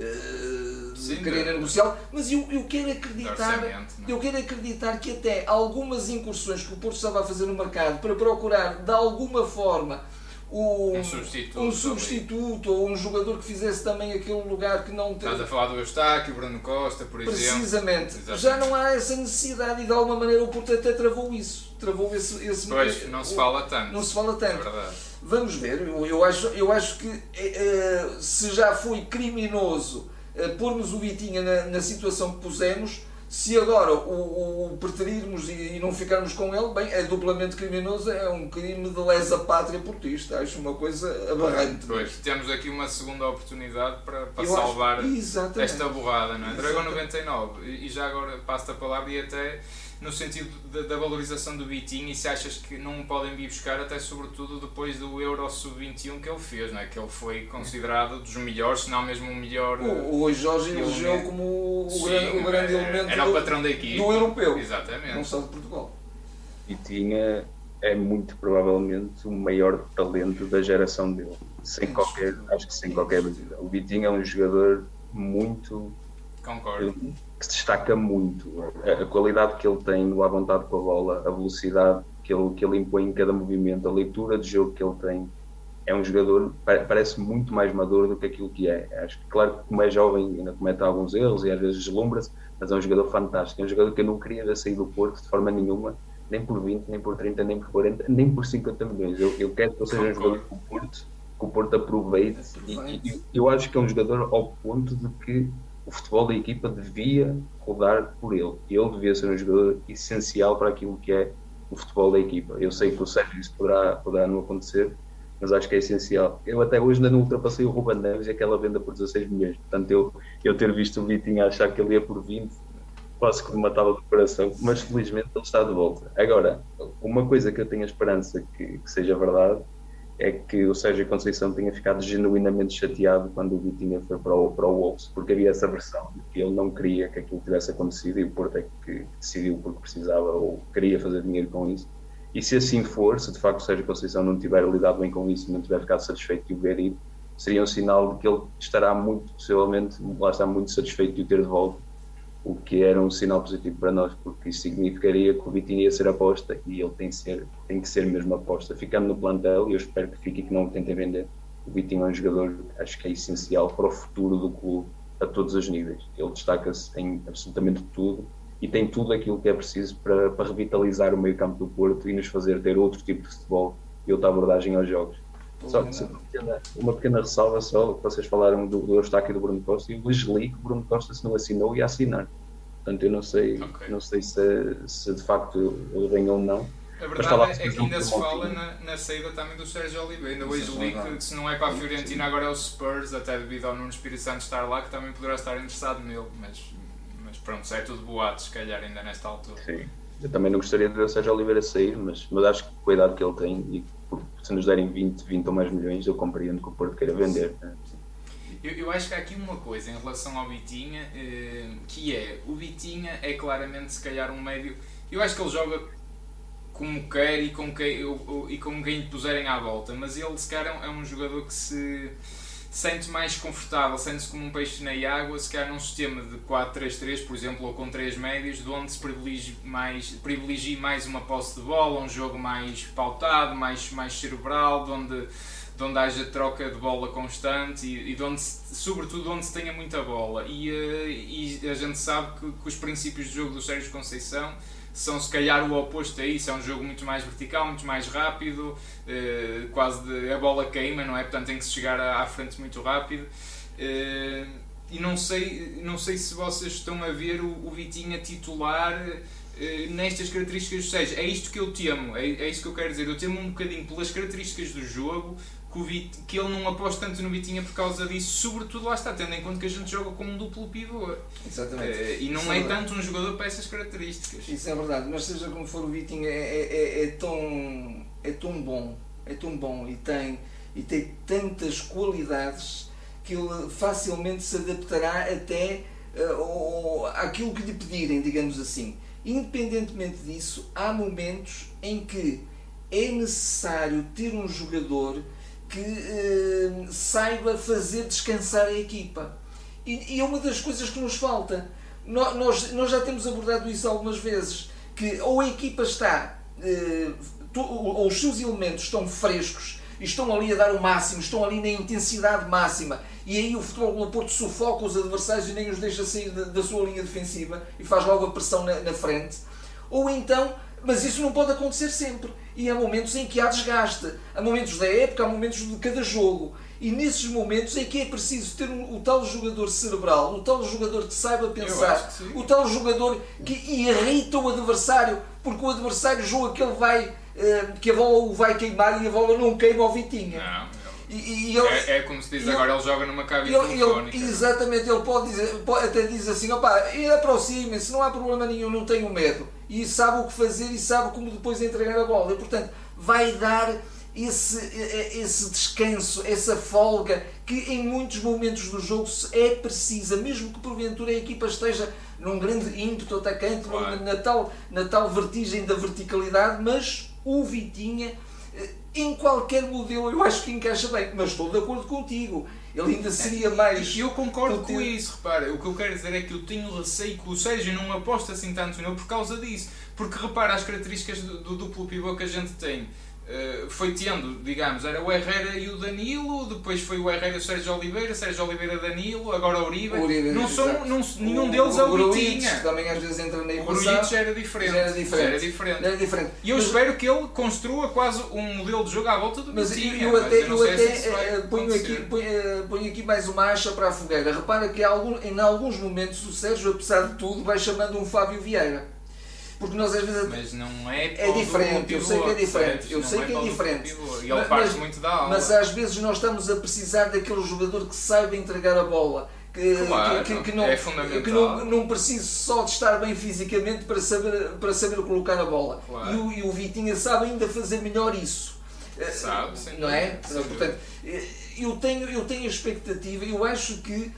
[SPEAKER 2] de Sim, querer negociar, mas eu, eu quero acreditar eu quero acreditar que até algumas incursões que o Porto estava a fazer no mercado para procurar de alguma forma um,
[SPEAKER 1] um substituto,
[SPEAKER 2] um substituto ou um jogador que fizesse também aquele lugar que não tem.
[SPEAKER 1] Estás a falar do Eustáquio, Bruno Costa, por exemplo.
[SPEAKER 2] Precisamente. Exatamente. Já não há essa necessidade e de alguma maneira o Porto até travou isso. Travou esse, esse
[SPEAKER 1] pois, não se fala tanto.
[SPEAKER 2] Não se fala tanto.
[SPEAKER 1] É verdade.
[SPEAKER 2] Vamos ver, eu, eu, acho, eu acho que uh, se já foi criminoso uh, pormos o Vitinha na, na situação que pusemos, Se agora o, o preterirmos e, e não ficarmos com ele, bem, é duplamente criminoso, é um crime de lesa pátria portista, acho uma coisa aberrante.
[SPEAKER 1] Pois, temos aqui uma segunda oportunidade para, para
[SPEAKER 2] Eu
[SPEAKER 1] salvar
[SPEAKER 2] acho,
[SPEAKER 1] esta borrada, não é? Dragão
[SPEAKER 2] Exatamente.
[SPEAKER 1] noventa e nove, e já agora passo-te a palavra, e até no sentido da, da valorização do Vitinho, e se achas que não o podem vir buscar, até sobretudo depois do Euro sub vinte e um que ele fez, não é? Que ele foi considerado dos melhores, se não mesmo o melhor.
[SPEAKER 2] O, o Jorge elegeu como o,
[SPEAKER 1] Sim,
[SPEAKER 2] grande, o grande
[SPEAKER 1] é,
[SPEAKER 2] elemento
[SPEAKER 1] era
[SPEAKER 2] do,
[SPEAKER 1] o patrão da equipe.
[SPEAKER 2] do europeu,
[SPEAKER 1] Exatamente.
[SPEAKER 2] não só de Portugal.
[SPEAKER 3] Vitinha é muito provavelmente o maior talento da geração dele, sem qualquer, acho que sem qualquer dúvida. O Vitinha é um jogador muito
[SPEAKER 1] Concordo.
[SPEAKER 3] que se destaca muito. A, a qualidade que ele tem, o à vontade com a bola, a velocidade que ele, que ele impõe em cada movimento, a leitura de jogo que ele tem, é um jogador, parece muito mais maduro do que aquilo que é. Acho que, claro que como é jovem ainda comete alguns erros e às vezes deslumbra-se, mas é um jogador fantástico, é um jogador que eu não queria ver sair do Porto de forma nenhuma, nem por vinte, nem por trinta, nem por quarenta, nem por cinquenta milhões. Eu, eu quero que ele seja um jogador que o Porto, que o Porto aproveite, aproveite. E, e eu acho que é um jogador ao ponto de que o futebol da equipa devia rodar por ele. Ele devia ser um jogador essencial para aquilo que é o futebol da equipa. Eu sei que o Sérgio isso poderá, poderá não acontecer, mas acho que é essencial. Eu até hoje ainda não ultrapassei o Ruben Neves e aquela venda por dezasseis milhões. Portanto, eu, eu ter visto o Vitinho a achar que ele ia por vinte, quase que me matava do coração, mas felizmente ele está de volta. Agora, uma coisa que eu tenho a esperança que, que seja verdade é que o Sérgio Conceição tenha ficado genuinamente chateado quando o Vitinha foi para o, para o Wolves, porque havia essa versão de que ele não queria que aquilo tivesse acontecido e o Porto é que decidiu porque precisava ou queria fazer dinheiro com isso. E se assim for, se de facto o Sérgio Conceição não tiver lidado bem com isso e não tiver ficado satisfeito de o ver ir, seria um sinal de que ele estará muito, possivelmente, lá está muito satisfeito de o ter de volta, o que era um sinal positivo para nós, porque isso significaria que o Vitinho ia ser aposta e ele tem, ser, tem que ser mesmo aposta. Ficando no plantel, e eu espero que fique e que não o tentem vender, o Vitinho é um jogador que acho que é essencial para o futuro do clube a todos os níveis. Ele destaca-se em absolutamente tudo e tem tudo aquilo que é preciso para, para revitalizar o meio campo do Porto e nos fazer ter outro tipo de futebol e outra abordagem aos jogos. Só que uma pequena, uma pequena ressalva só, que vocês falaram do, do Eustáquio e do Bruno Costa, e eu li que o Bruno Costa se não assinou ia assinar. Portanto, eu não sei, okay. não sei se, se de facto ele vem ou não.
[SPEAKER 1] A verdade é que ainda se fala na, na saída também do Sérgio Oliveira. Ainda hoje li que se não é para a Fiorentina, agora é o Spurs, até devido ao Nuno Espírito Santo estar lá, que também poderá estar interessado nele. Mas, mas pronto, é tudo boato, se calhar, ainda nesta altura.
[SPEAKER 3] Sim. Eu também não gostaria de ver o Sérgio Oliveira sair, mas, mas acho que com a idade que ele tem e se nos derem vinte, vinte ou mais milhões, eu compreendo que o Porto queira vender. Né?
[SPEAKER 1] Eu, eu acho que há aqui uma coisa em relação ao Vitinha, eh, que é, o Vitinha é claramente se calhar um médio, eu acho que ele joga como quer e com quem, e com quem lhe puserem à volta, mas ele se calhar é um jogador que se sente mais confortável, sente-se como um peixe na água, se calhar num sistema de quatro três três, por exemplo, ou com três médios, de onde se privilegie mais, privilegie mais uma posse de bola, um jogo mais pautado, mais, mais cerebral, de onde, de onde haja troca de bola constante e, e de onde se, sobretudo onde se tenha muita bola. E, e a gente sabe que, que os princípios de jogo do Sérgio Conceição são se calhar o oposto a isso, é um jogo muito mais vertical, muito mais rápido, eh, quase de, a bola queima, não é? Portanto tem que se chegar à, à frente muito rápido. Eh, e não sei, não sei se vocês estão a ver o, o Vitinha titular eh, nestas características do Sérgio. É isto que eu temo, é, é isto que eu quero dizer. Eu temo um bocadinho pelas características do jogo, que, o Vit, que ele não aposta tanto no Vitinha por causa disso, sobretudo lá está, tendo em conta que a gente joga como um duplo pivô.
[SPEAKER 2] Exatamente.
[SPEAKER 1] Uh, e não
[SPEAKER 2] Isso
[SPEAKER 1] é,
[SPEAKER 2] é
[SPEAKER 1] tanto um jogador para essas características.
[SPEAKER 2] Isso é verdade, mas seja como for, o Vitinha é, é, é, é, tão, é tão bom, é tão bom e tem, e tem tantas qualidades que ele facilmente se adaptará até uh, àquilo que lhe pedirem, digamos assim. Independentemente disso, há momentos em que é necessário ter um jogador que eh, saiba fazer descansar a equipa. E, e é uma das coisas que nos falta. No, nós, nós já temos abordado isso algumas vezes, que ou a equipa está, eh, to, ou os seus elementos estão frescos, e estão ali a dar o máximo, estão ali na intensidade máxima, e aí o Futebol do Porto sufoca os adversários e nem os deixa sair da, da sua linha defensiva, e faz logo a pressão na, na frente. Ou então Mas isso não pode acontecer sempre. E há momentos em que há desgaste. Há momentos da época, há momentos de cada jogo. E nesses momentos é que é preciso ter um, o tal jogador cerebral, o tal jogador que saiba pensar, o tal jogador que irrita o adversário, porque o adversário joga que ele vai, que a bola o vai queimar e a bola não queima ao Vitinha.
[SPEAKER 1] Não.
[SPEAKER 2] E, e ele,
[SPEAKER 1] é, é como se diz
[SPEAKER 2] ele,
[SPEAKER 1] agora, ele joga numa cabine
[SPEAKER 2] ele,
[SPEAKER 1] telefónica.
[SPEAKER 2] Ele, exatamente, ele pode dizer, pode, até diz assim, opá, aproximem-se, não há problema nenhum, não tenho medo. E sabe o que fazer e sabe como depois entregar a bola. E, portanto, vai dar esse, esse descanso, essa folga, que em muitos momentos do jogo é precisa, mesmo que porventura a equipa esteja num grande ímpeto atacante, claro. na, tal, na tal vertigem da verticalidade, mas o Vitinha, em qualquer modelo, eu acho que encaixa bem, mas estou de acordo contigo. Ele ainda seria mais...
[SPEAKER 1] E eu concordo com isso, repara. O que eu quero dizer é que eu tenho receio que o Sérgio não aposta assim tanto nele por causa disso. Porque repara as características do, do duplo pivô que a gente tem. Uh, foi tendo, digamos, era o Herrera e o Danilo, depois foi o Herrera e o Sérgio Oliveira, Sérgio Oliveira Danilo, agora o Uribe.
[SPEAKER 2] Uribe
[SPEAKER 1] não são, não, nenhum
[SPEAKER 2] o,
[SPEAKER 1] deles é o, o
[SPEAKER 2] Vitinha. Também às vezes entra na equação.
[SPEAKER 1] O Grujic era diferente.
[SPEAKER 2] Já era diferente.
[SPEAKER 1] Já era diferente.
[SPEAKER 2] Era diferente.
[SPEAKER 1] E eu mas, espero que ele construa quase um modelo de jogo à volta do
[SPEAKER 2] mas
[SPEAKER 1] Vitinha.
[SPEAKER 2] Eu, eu até,
[SPEAKER 1] mas eu
[SPEAKER 2] eu até
[SPEAKER 1] se
[SPEAKER 2] ponho, aqui, ponho, ponho aqui mais uma acha para a fogueira. Repara que algum, em alguns momentos o Sérgio, apesar de tudo, vai chamando um Fábio Vieira. Porque nós às vezes...
[SPEAKER 1] Mas não é
[SPEAKER 2] É diferente, eu sei que é diferente. Eu sei que é diferente.
[SPEAKER 1] E ele parte muito da aula.
[SPEAKER 2] Mas às vezes nós estamos a precisar daquele jogador que saiba entregar a bola. Que,
[SPEAKER 1] claro,
[SPEAKER 2] que, que, não,
[SPEAKER 1] é fundamental.
[SPEAKER 2] que não, não precise só de estar bem fisicamente para saber, para saber colocar a bola.
[SPEAKER 1] Claro.
[SPEAKER 2] E, o, e o Vitinha sabe ainda fazer melhor isso.
[SPEAKER 1] Sabe, sim.
[SPEAKER 2] Não é? Portanto, eu tenho, eu tenho a expectativa, eu acho que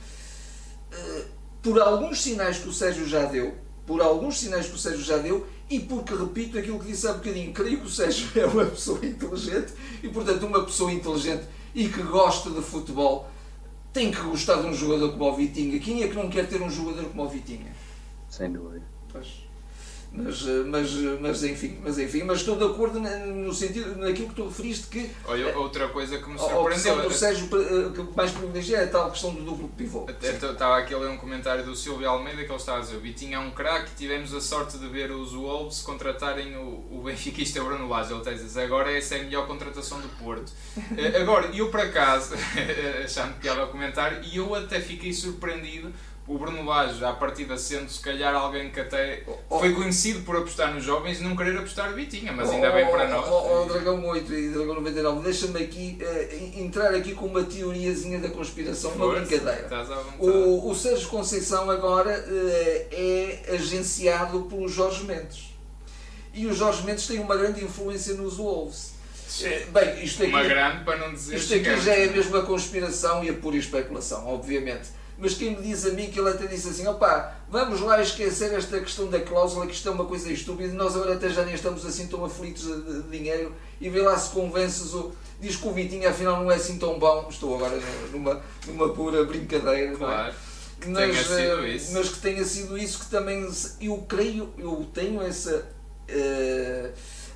[SPEAKER 2] por alguns sinais que o Sérgio já deu, por alguns sinais que o Sérgio já deu, e porque, repito aquilo que disse há bocadinho, creio que o Sérgio é uma pessoa inteligente, e portanto uma pessoa inteligente e que gosta de futebol tem que gostar de um jogador como o Vitinha. Quem é que não quer ter um jogador como o Vitinha?
[SPEAKER 3] Sem dúvida.
[SPEAKER 2] Pois. Mas, mas, mas, enfim, mas enfim, mas estou de acordo no sentido, naquilo que tu referiste que...
[SPEAKER 1] Olha, outra coisa que me
[SPEAKER 2] surpreendeu... A opção do
[SPEAKER 1] é...
[SPEAKER 2] Sérgio que mais privilegia é a tal questão do duplo pivô.
[SPEAKER 1] Estava aqui a ler um comentário do Silvio Almeida que ele estava a dizer: o Vitinho é um craque, tivemos a sorte de ver os Wolves contratarem o, o benfiquista Bruno Lage. Ele está a dizer, agora essa é a melhor contratação do Porto. Agora, eu por acaso, achando que era o comentário, e eu até fiquei surpreendido, o Bruno Lage, à partida, sendo se calhar alguém que até foi conhecido por apostar nos jovens e não querer apostar no Vitinha, mas ainda bem para nós.
[SPEAKER 2] O Dragão oito e Dragão noventa e nove, deixa-me aqui uh, entrar aqui com uma teoriazinha da conspiração, uma
[SPEAKER 1] Força,
[SPEAKER 2] brincadeira.
[SPEAKER 1] Estás à vontade.
[SPEAKER 2] O, o Sérgio Conceição agora uh, é agenciado pelo Jorge Mendes. E o Jorge Mendes tem uma grande influência nos Wolves. Uh, bem, isto aqui,
[SPEAKER 1] uma grande, para não dizer
[SPEAKER 2] isto aqui já é a mesma conspiração e a pura especulação, obviamente. Mas quem me diz a mim que ele até disse assim, opá, vamos lá esquecer esta questão da cláusula, que isto é uma coisa estúpida, nós agora até já nem estamos assim tão aflitos de, de dinheiro, e vê lá se convences o... Diz que o Vitinho afinal não é assim tão bom, estou agora numa, numa pura brincadeira,
[SPEAKER 1] claro,
[SPEAKER 2] não é?
[SPEAKER 1] Que
[SPEAKER 2] mas,
[SPEAKER 1] tenha sido isso.
[SPEAKER 2] Mas que tenha sido isso, que também, eu creio, eu tenho essa... Uh,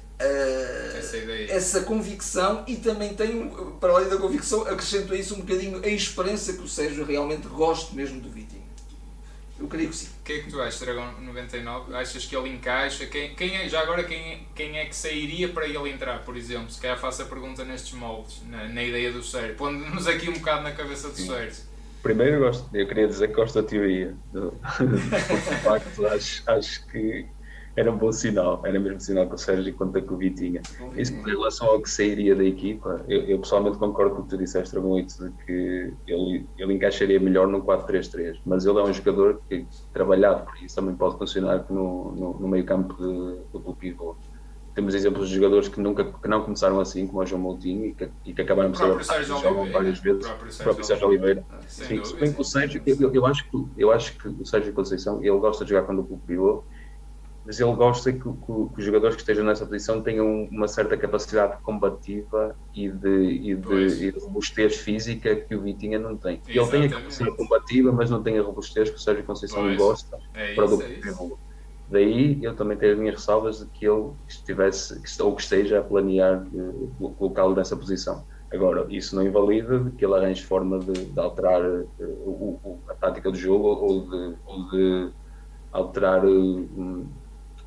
[SPEAKER 2] Uh,
[SPEAKER 1] essa, ideia.
[SPEAKER 2] essa convicção, e também tenho, para além da convicção, acrescento a isso um bocadinho a esperança que o Sérgio realmente goste mesmo do Vitinho. Eu creio que sim.
[SPEAKER 1] O que é que tu achas, Dragão noventa e nove? Achas que ele encaixa? Quem, quem é, já agora, quem, quem é que sairia para ele entrar, por exemplo? Se calhar faço a pergunta nestes moldes, na, na ideia do Sérgio. Pondo-nos aqui um bocado na cabeça do Sérgio.
[SPEAKER 3] Primeiro, eu, gosto, eu queria dizer que gosto da teoria. Do, do facto, acho, acho que era um bom sinal, era mesmo sinal que o Sérgio conta com o Vitinha. Isso em relação ao que sairia da equipa, eu, eu pessoalmente concordo com o que tu disseste, Dragão oito, de que ele, ele encaixaria melhor num quatro três três, mas ele é um jogador que, trabalhado por isso, também pode funcionar no, no, no meio campo de, do pivô. Temos exemplos de jogadores que, nunca, que não começaram assim, como o João Moutinho, e que, e que acabaram por ser jogam várias vezes. O próprio Sérgio Oliveira. Sim, se bem que o Sérgio, eu, eu, acho que, eu acho que o Sérgio Conceição, ele gosta de jogar com duplo pivô, mas ele gosta que, que, que os jogadores que estejam nessa posição tenham uma certa capacidade combativa e de, e de, e de robustez física que o Vitinha não tem. Exatamente. Ele tem a capacidade combativa, mas não tem a robustez que o Sérgio Conceição pois. gosta é para o duplo pivô. Daí eu também tenho as minhas ressalvas de que ele estivesse, ou que esteja a planear uh, colocá-lo nessa posição. Agora, isso não invalida de que ele arranje forma de, de alterar uh, o, o, a tática do jogo ou de, ou de alterar uh, um,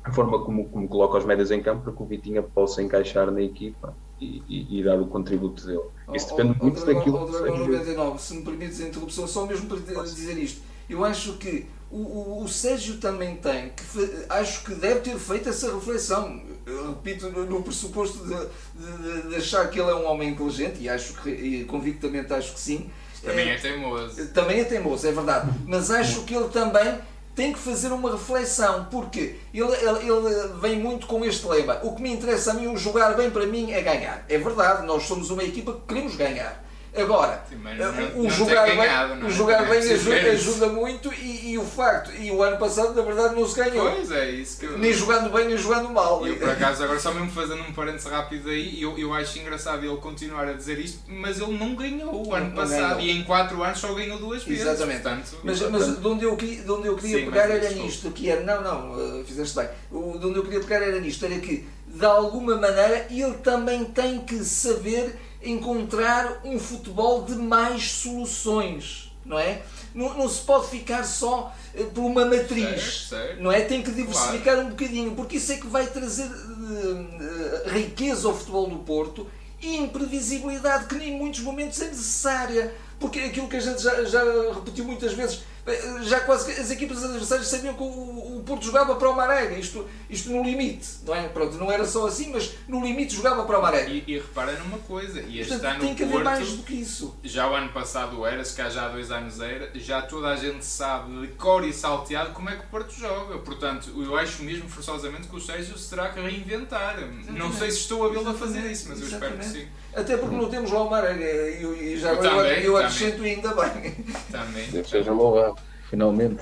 [SPEAKER 3] a forma como, como coloca os médios em campo para que o Vitinha possa encaixar na equipa e, e, e dar o contributo dele. Isso depende
[SPEAKER 2] oh,
[SPEAKER 3] muito
[SPEAKER 2] oh,
[SPEAKER 3] daquilo
[SPEAKER 2] que... Dragão noventa e nove, se me permites a interrupção, só mesmo para dizer isto. Eu acho que o, o, o Sérgio também tem, que acho que deve ter feito essa reflexão. Eu repito, no, no pressuposto de, de, de achar que ele é um homem inteligente, e acho que, e convictamente acho que sim.
[SPEAKER 1] Também é, é teimoso.
[SPEAKER 2] Também é teimoso, é verdade. Mas acho que ele também tem que fazer uma reflexão, porque ele, ele, ele vem muito com este lema: o que me interessa a mim, o jogar bem para mim é ganhar. É verdade, nós somos uma equipa que queremos ganhar. Agora,
[SPEAKER 1] sim, não,
[SPEAKER 2] o,
[SPEAKER 1] não
[SPEAKER 2] jogar
[SPEAKER 1] ganhado,
[SPEAKER 2] bem,
[SPEAKER 1] não,
[SPEAKER 2] o jogar
[SPEAKER 1] não
[SPEAKER 2] bem
[SPEAKER 1] é
[SPEAKER 2] ajuda, ajuda muito e, e o facto, e o ano passado na verdade não se ganhou.
[SPEAKER 1] Pois é, isso que eu...
[SPEAKER 2] Nem jogando bem, nem jogando mal.
[SPEAKER 1] Eu por acaso, agora só mesmo fazendo um parênteses rápido aí, eu, eu acho engraçado ele continuar a dizer isto, mas ele não ganhou o ano não passado ganhou. E em quatro anos só ganhou duas vezes.
[SPEAKER 2] Exatamente.
[SPEAKER 1] Portanto,
[SPEAKER 2] mas,
[SPEAKER 1] portanto...
[SPEAKER 2] mas de onde eu queria, de onde eu queria
[SPEAKER 1] Sim,
[SPEAKER 2] pegar era
[SPEAKER 1] desculpa.
[SPEAKER 2] nisto, que era, não, não, fizeste bem, o, de onde eu queria pegar era nisto, era que de alguma maneira ele também tem que saber encontrar um futebol de mais soluções, não é? Não, não se pode ficar só por uma matriz,
[SPEAKER 1] certo, certo.
[SPEAKER 2] Não é? Tem que diversificar
[SPEAKER 1] claro.
[SPEAKER 2] um bocadinho, porque isso é que vai trazer uh, uh, riqueza ao futebol do Porto e imprevisibilidade que em muitos momentos é necessária, porque aquilo que a gente já, já repetiu muitas vezes, já quase que as equipas adversárias sabiam que o, o Porto jogava para o Marega, isto, isto no limite, não é? Pronto, não era só assim, mas no limite jogava para o Marega.
[SPEAKER 1] E, e repara numa coisa, e este
[SPEAKER 2] Portanto,
[SPEAKER 1] ano
[SPEAKER 2] tem que
[SPEAKER 1] Porto,
[SPEAKER 2] haver mais do que isso.
[SPEAKER 1] Já o ano passado era, se cá já há dois anos era, já toda a gente sabe de cor e salteado como é que o Porto joga. Portanto, eu acho mesmo forçosamente que o Sérgio se terá que reinventar. Exatamente. Não sei se estou a vê-lo a fazer isso, mas Exatamente. eu espero que sim.
[SPEAKER 2] Até porque não temos lá o Marega, e, e já
[SPEAKER 1] eu
[SPEAKER 2] agora
[SPEAKER 1] também,
[SPEAKER 2] eu
[SPEAKER 1] também.
[SPEAKER 2] acrescento ainda bem.
[SPEAKER 1] Também.
[SPEAKER 3] Deus seja louvado, finalmente.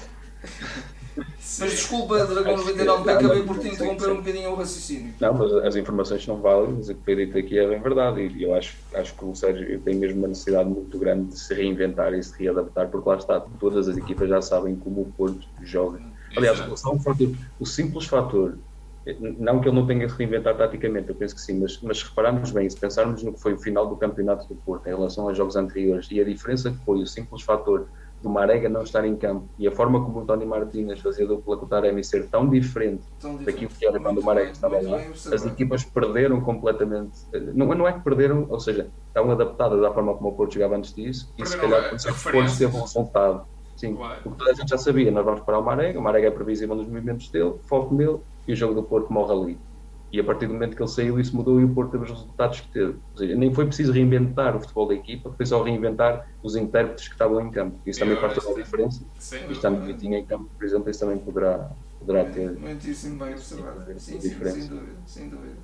[SPEAKER 2] Mas desculpa, Dragão noventa e nove, que acabei por te interromper um bocadinho o raciocínio.
[SPEAKER 3] Não, mas as informações são válidas, o que foi dito aqui é bem verdade, e eu acho, acho que o Sérgio tem mesmo uma necessidade muito grande de se reinventar e se readaptar, porque lá está, todas as equipas já sabem como o Porto joga. Aliás, só um fator, o simples fator, não que ele não tenha que se reinventar taticamente, eu penso que sim, mas, mas se repararmos bem, se pensarmos no que foi o final do campeonato do Porto em relação aos jogos anteriores e a diferença que foi o simples fator do Marega não estar em campo e a forma como o Tony Martínez fazia dupla com o Taremi ser tão diferente, tão diferente daquilo que era quando o Marega estava lá, as equipas perderam completamente, não, não é que perderam, ou seja, estão adaptadas à forma como o Porto jogava antes disso e se calhar quando o Porto teve um resultado. Sim, claro. Porque toda a gente já sabia, nós vamos parar o Marega, o Marega é previsível nos movimentos dele, foco nele e o jogo do Porto morre ali. E a partir do momento que ele saiu, isso mudou e o Porto teve os resultados que teve. Ou seja, nem foi preciso reinventar o futebol da equipa, foi só reinventar os intérpretes que estavam em campo. Isso também faz toda a diferença. E estando Vitinha em campo, por exemplo, isso também poderá, poderá ter.
[SPEAKER 2] Muitíssimo bem observado. Sim, sim,
[SPEAKER 3] diferença.
[SPEAKER 2] sem dúvida. Sem dúvida.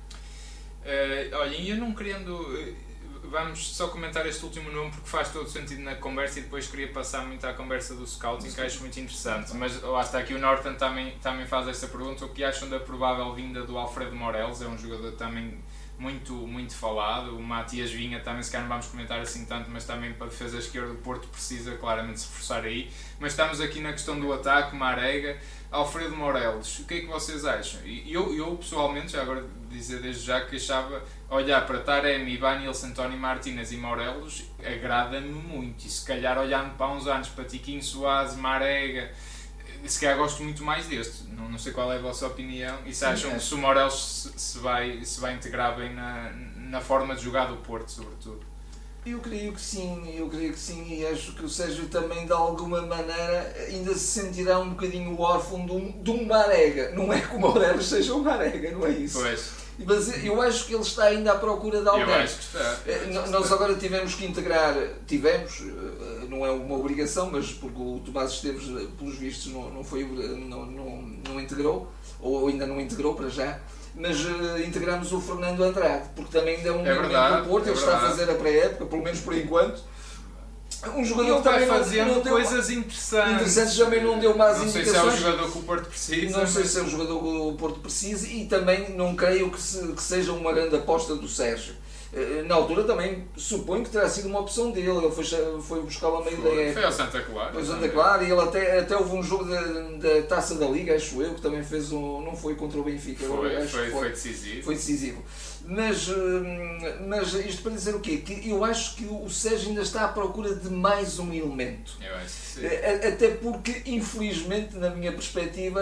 [SPEAKER 1] Uh, olha, e eu não querendo. Vamos só comentar este último nome porque faz todo sentido na conversa e depois queria passar muito à conversa do scouting, que acho muito interessante. Mas lá está aqui o Norton também, também faz esta pergunta: o que acham da provável vinda do Alfredo Morelos? É um jogador também muito, muito falado. O Matias Vinha também, se calhar não vamos comentar assim tanto, mas também para a defesa esquerda do Porto precisa claramente se reforçar aí. Mas estamos aqui na questão do ataque, Marega, Alfredo Morelos, o que é que vocês acham? Eu, eu pessoalmente, já agora dizer desde já que achava, olhar para Taremi, Ivanilson, Tony Martínez e Morelos agrada-me muito, e se calhar olhando para uns anos para Tiquinho Soares, Marega, se calhar gosto muito mais deste, não, não sei qual é a vossa opinião, e se acham que se o Morelos se, se, vai, se vai integrar bem na, na forma de jogar do Porto, sobretudo.
[SPEAKER 2] Eu creio que sim, eu creio que sim, e acho que o Sérgio também de alguma maneira ainda se sentirá um bocadinho órfão de um, de um Marega. Não é que o Morelos seja um Marega, não é isso?
[SPEAKER 1] Pois.
[SPEAKER 2] Mas eu acho que ele está ainda à procura de alguém.
[SPEAKER 1] Eu acho que está.
[SPEAKER 2] Nós que está. Agora tivemos que integrar, tivemos, não é uma obrigação, mas porque o Tomás Esteves, pelos vistos, não, não, foi, não, não, não integrou, ou ainda não integrou para já. Mas uh, integramos o Fernando Andrade, porque também ainda é um
[SPEAKER 1] é
[SPEAKER 2] movimento do Porto,
[SPEAKER 1] é
[SPEAKER 2] ele está a fazer a pré-época, pelo menos por enquanto. Um jogador
[SPEAKER 1] ele
[SPEAKER 2] que também
[SPEAKER 1] vai fazendo
[SPEAKER 2] não deu
[SPEAKER 1] coisas interessantes.
[SPEAKER 2] Interessantes, também não deu más
[SPEAKER 1] não
[SPEAKER 2] indicações.
[SPEAKER 1] Não sei se é o jogador que o Porto precisa.
[SPEAKER 2] Não sei se é o jogador que o Porto precisa e também não creio que, se, que seja uma grande aposta do Sérgio. Na altura também suponho que terá sido uma opção dele, ele foi, foi buscá-lo a meio
[SPEAKER 1] foi,
[SPEAKER 2] da época.
[SPEAKER 1] Foi ao Santa Clara.
[SPEAKER 2] Foi ao Santa Clara e ele até, até houve um jogo da, da Taça da Liga, acho eu, que também fez um. Não foi contra o Benfica,
[SPEAKER 1] foi,
[SPEAKER 2] acho
[SPEAKER 1] foi,
[SPEAKER 2] que foi,
[SPEAKER 1] foi decisivo.
[SPEAKER 2] Foi decisivo. Mas, mas isto para dizer o quê? Que eu acho que o Sérgio ainda está à procura de mais um elemento.
[SPEAKER 1] Eu acho que sim.
[SPEAKER 2] Até porque, infelizmente, na minha perspectiva,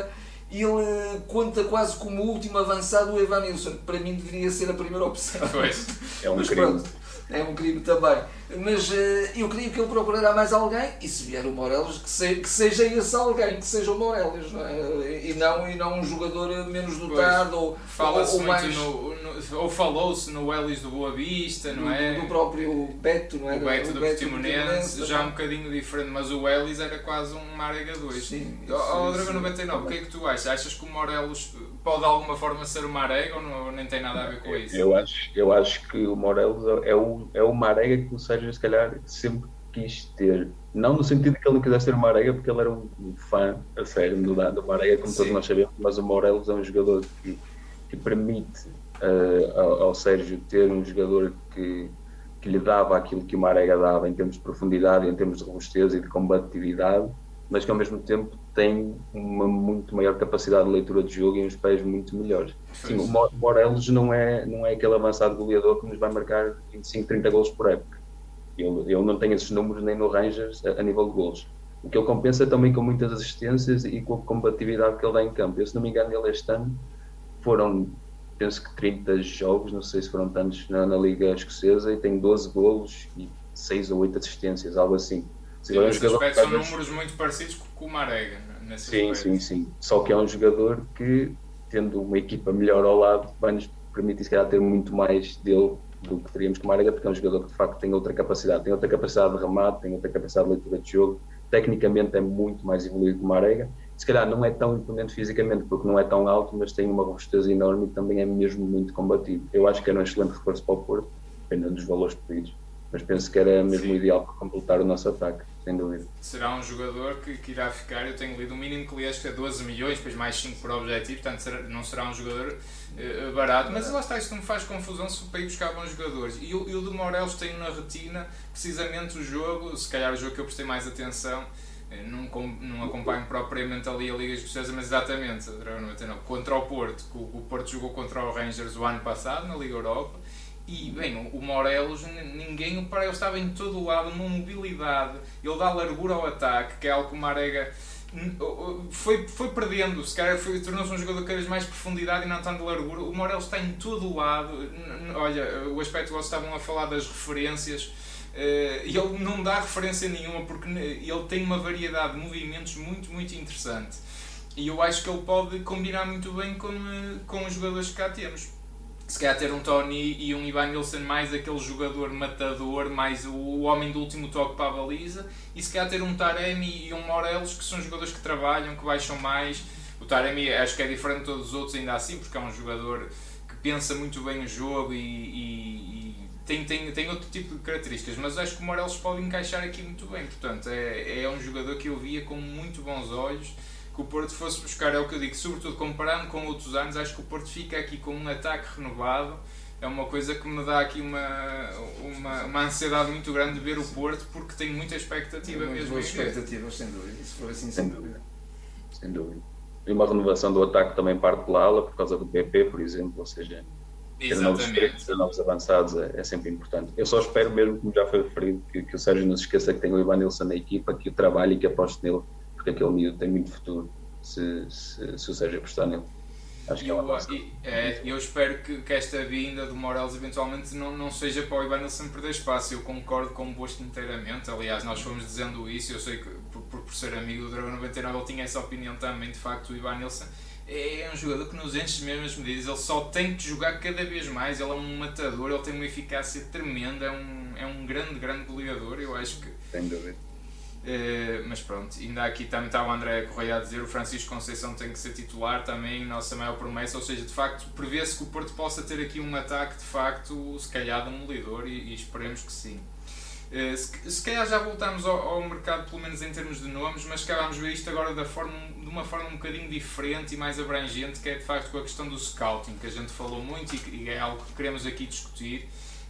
[SPEAKER 2] ele conta quase como o último avançado o Evanilson, que para mim deveria ser a primeira opção.
[SPEAKER 1] Pois.
[SPEAKER 3] É um
[SPEAKER 2] Mas
[SPEAKER 3] crime.
[SPEAKER 2] pronto, é um crime também. Mas uh, eu creio que ele procurará mais alguém, e se vier o Morelos, que, se, que seja esse alguém, que seja o Morelos, não é? E, não, e não um jogador menos dotado, ou,
[SPEAKER 1] fala-se
[SPEAKER 2] ou,
[SPEAKER 1] muito
[SPEAKER 2] mais...
[SPEAKER 1] no, no, ou falou-se no Elis do Boa Vista, não é?
[SPEAKER 2] Do, do próprio Beto, não é?
[SPEAKER 1] O Beto do Portimonense, já
[SPEAKER 2] também.
[SPEAKER 1] um bocadinho diferente, mas o Elis era quase um Marega dois.
[SPEAKER 2] Sim.
[SPEAKER 1] Ó, Dragão noventa e nove, o que é que tu achas? Achas que o Morelos pode de alguma forma ser o Marega ou, não, ou nem tem nada a ver com isso?
[SPEAKER 3] Eu acho, eu acho que o Morelos é o, é o Marega que o Sérgio, se calhar, sempre quis ter. Não no sentido que ele não quisesse ter o Marega, porque ele era um, um fã a sério do, do Marega, como Sim. todos nós sabemos, mas o Morelos é um jogador que, que permite uh, ao, ao Sérgio ter um jogador que, que lhe dava aquilo que o Marega dava em termos de profundidade, em termos de robustez e de combatividade, mas que ao mesmo tempo tem uma muito maior capacidade de leitura de jogo e uns pés muito melhores. Sim, o Morelos não é, não é aquele avançado goleador que nos vai marcar vinte e cinco, trinta golos por época. Ele, ele não tem esses números nem no Rangers a, a nível de golos. O que ele compensa é também com muitas assistências e com a combatividade que ele dá em campo. Eu, se não me engano, ele este ano foram, penso que trinta jogos, não sei se foram tantos, na, na Liga Escocesa, e tem doze golos e seis ou oito assistências, algo assim.
[SPEAKER 1] Sim, nesse aspecto são números muito parecidos com o Marega. Nesse
[SPEAKER 3] sim,
[SPEAKER 1] aspecto.
[SPEAKER 3] sim, sim. Só que é um jogador que, tendo uma equipa melhor ao lado, vai-nos permitir, se calhar, ter muito mais dele do que teríamos com o Marega, porque é um jogador que, de facto, tem outra capacidade. Tem outra capacidade de remate, tem outra capacidade de leitura de jogo. Tecnicamente é muito mais evoluído que o Marega. Se calhar não é tão imponente fisicamente, porque não é tão alto, mas tem uma robustez enorme e também é mesmo muito combativo. Eu acho que era um excelente reforço para o Porto, dependendo dos valores pedidos. Mas penso que era mesmo Sim. ideal para completar o nosso ataque, sem dúvida.
[SPEAKER 1] Será um jogador que, que irá ficar, eu tenho lido, o mínimo que li acho que é doze milhões, depois mais cinco por objetivo, portanto será, não será um jogador uh, barato, mas lá está, isto não me faz confusão se para ir buscar bons jogadores. E o, e o do Morelos tem na retina precisamente o jogo, se calhar o jogo que eu prestei mais atenção, não, não acompanho propriamente ali a Liga Escocesa, mas exatamente, contra o Porto, o, o Porto jogou contra o Rangers o ano passado na Liga Europa. E, bem, o Morelos, ninguém o para, ele estava em todo o lado, uma mobilidade, ele dá largura ao ataque, que é algo que o Marega foi, foi perdendo, se calhar tornou-se um jogador cada vez mais profundidade e não tanto largura. O Morelos está em todo o lado, olha, o aspecto que vocês estavam a falar das referências, ele não dá referência nenhuma, porque ele tem uma variedade de movimentos muito, muito interessante. E eu acho que ele pode combinar muito bem com, com os jogadores que cá temos. Se calhar ter um Tony e um Evanilson mais aquele jogador matador, mais o homem do último toque para a baliza, e se calhar ter um Taremi e um Morelos, que são jogadores que trabalham, que baixam mais. O Taremi acho que é diferente de todos os outros ainda assim, porque é um jogador que pensa muito bem o jogo e, e, e tem, tem, tem outro tipo de características, mas acho que o Morelos pode encaixar aqui muito bem. Portanto, é, é um jogador que eu via com muito bons olhos, que o Porto fosse buscar, é o que eu digo, sobretudo comparando com outros anos, acho que o Porto fica aqui com um ataque renovado. É uma coisa que me dá aqui uma, uma, uma ansiedade muito grande de ver o Porto, porque tenho muita expectativa
[SPEAKER 2] muito
[SPEAKER 1] mesmo.
[SPEAKER 2] Boas expectativas, sem dúvida, se for assim, sem dúvida.
[SPEAKER 3] Sem dúvida. E uma renovação do ataque também parte pela ala, por causa do P P, por exemplo, ou seja, ter novos três, ter novos avançados é, é sempre importante. Eu só espero mesmo, como já foi referido, que, que o Sérgio não se esqueça que tem o Evanilson na equipa, que o trabalhe e que aposte nele, porque aquele miúdo tem muito futuro, se, se, se o Sérgio apostar nele. Acho que
[SPEAKER 1] eu,
[SPEAKER 3] é uma
[SPEAKER 1] e, é, eu espero que, que esta vinda do Morelos eventualmente não, não seja para o Evanilson perder espaço. Eu concordo com o Bosto inteiramente. Aliás, nós fomos dizendo isso. Eu sei que por, por, por ser amigo do Dragão noventa e nove ele tinha essa opinião também. De facto, o Evanilson é um jogador que nos enche mesmo as medidas. Ele só tem que jogar cada vez mais. Ele é um matador, ele tem uma eficácia tremenda. É um, é um grande, grande goleador. Eu acho que.
[SPEAKER 3] Sem dúvida.
[SPEAKER 1] Uh, mas pronto, ainda aqui também está o André Correia a dizer, o Francisco Conceição tem que ser titular também, nossa maior promessa, ou seja, de facto prevê-se que o Porto possa ter aqui um ataque de facto, se calhar demolidor, e, e esperemos que sim. Uh, se, se calhar já voltamos ao, ao mercado, pelo menos em termos de nomes, mas cá vamos ver isto agora da forma, de uma forma um bocadinho diferente e mais abrangente, que é de facto com a questão do scouting, que a gente falou muito e, e é algo que queremos aqui discutir.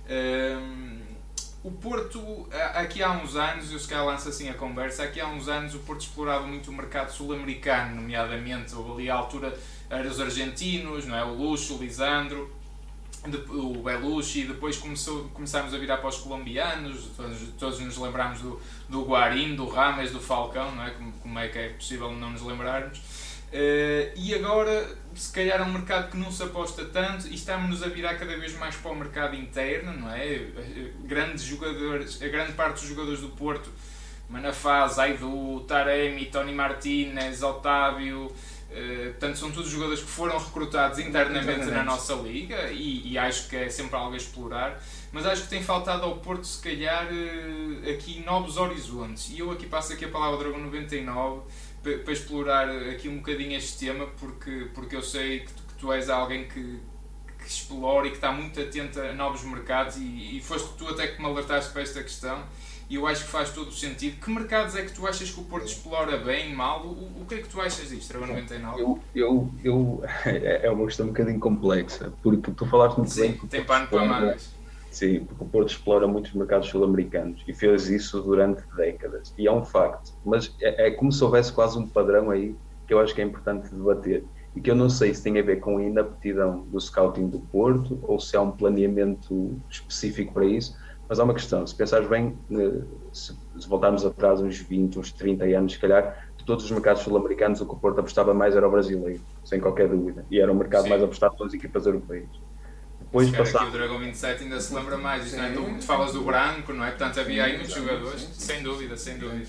[SPEAKER 1] Uh, O Porto, aqui há uns anos, eu se calhar lanço assim a conversa, aqui há uns anos o Porto explorava muito o mercado sul-americano, nomeadamente, houve ali à altura eram os argentinos, não é? O Lucho, o Lisandro, o Belushi, e depois começou, começámos a virar para os colombianos, todos, todos nos lembramos do, do Guarín, do Rames, do Falcão, não é? Como, como é que é possível não nos lembrarmos? Uh, e agora, se calhar é um mercado que não se aposta tanto e estamos-nos a virar cada vez mais para o mercado interno, não é? Grandes jogadores, a grande parte dos jogadores do Porto, Manafá, Zaidu, Taremi, Tony Martínez, Otávio, Uh, portanto, são todos jogadores que foram recrutados internamente na nossa liga e, e acho que é sempre algo a explorar, mas acho que tem faltado ao Porto se calhar uh, aqui novos horizontes, e eu aqui passo aqui a palavra ao Dragão noventa e nove para, para explorar aqui um bocadinho este tema, porque, porque eu sei que tu, que tu és alguém que, que explora e que está muito atento a novos mercados, e, e foste tu até que me alertaste para esta questão. E eu acho que faz todo o sentido. Que mercados é que tu achas que o Porto explora bem, mal? O, o que é que tu achas disto, Dragão noventa e nove?
[SPEAKER 3] Eu, eu, eu, é uma questão um bocadinho complexa, porque tu falaste muito
[SPEAKER 1] sim,
[SPEAKER 3] bem que
[SPEAKER 1] tem pano para mangas.
[SPEAKER 3] Sim, porque o Porto explora muitos mercados sul-americanos e fez isso durante décadas. E é um facto. Mas é, é como se houvesse quase um padrão aí que eu acho que é importante debater. E que eu não sei se tem a ver com a inaptidão do scouting do Porto ou se há um planeamento específico para isso. Mas há uma questão, se pensares bem, se voltarmos atrás uns vinte, uns trinta anos, se calhar, de todos os mercados sul-americanos, o que o Porto apostava mais era o brasileiro, sem qualquer dúvida. E era o mercado Sim. mais apostado pelas equipas europeias.
[SPEAKER 1] Depois se passava... aqui o Dragão vinte e sete ainda se lembra mais, isso, não é? Tu, tu falas do branco, não é? Portanto, havia aí muitos jogadores, sim, sim. sem dúvida, sem dúvida.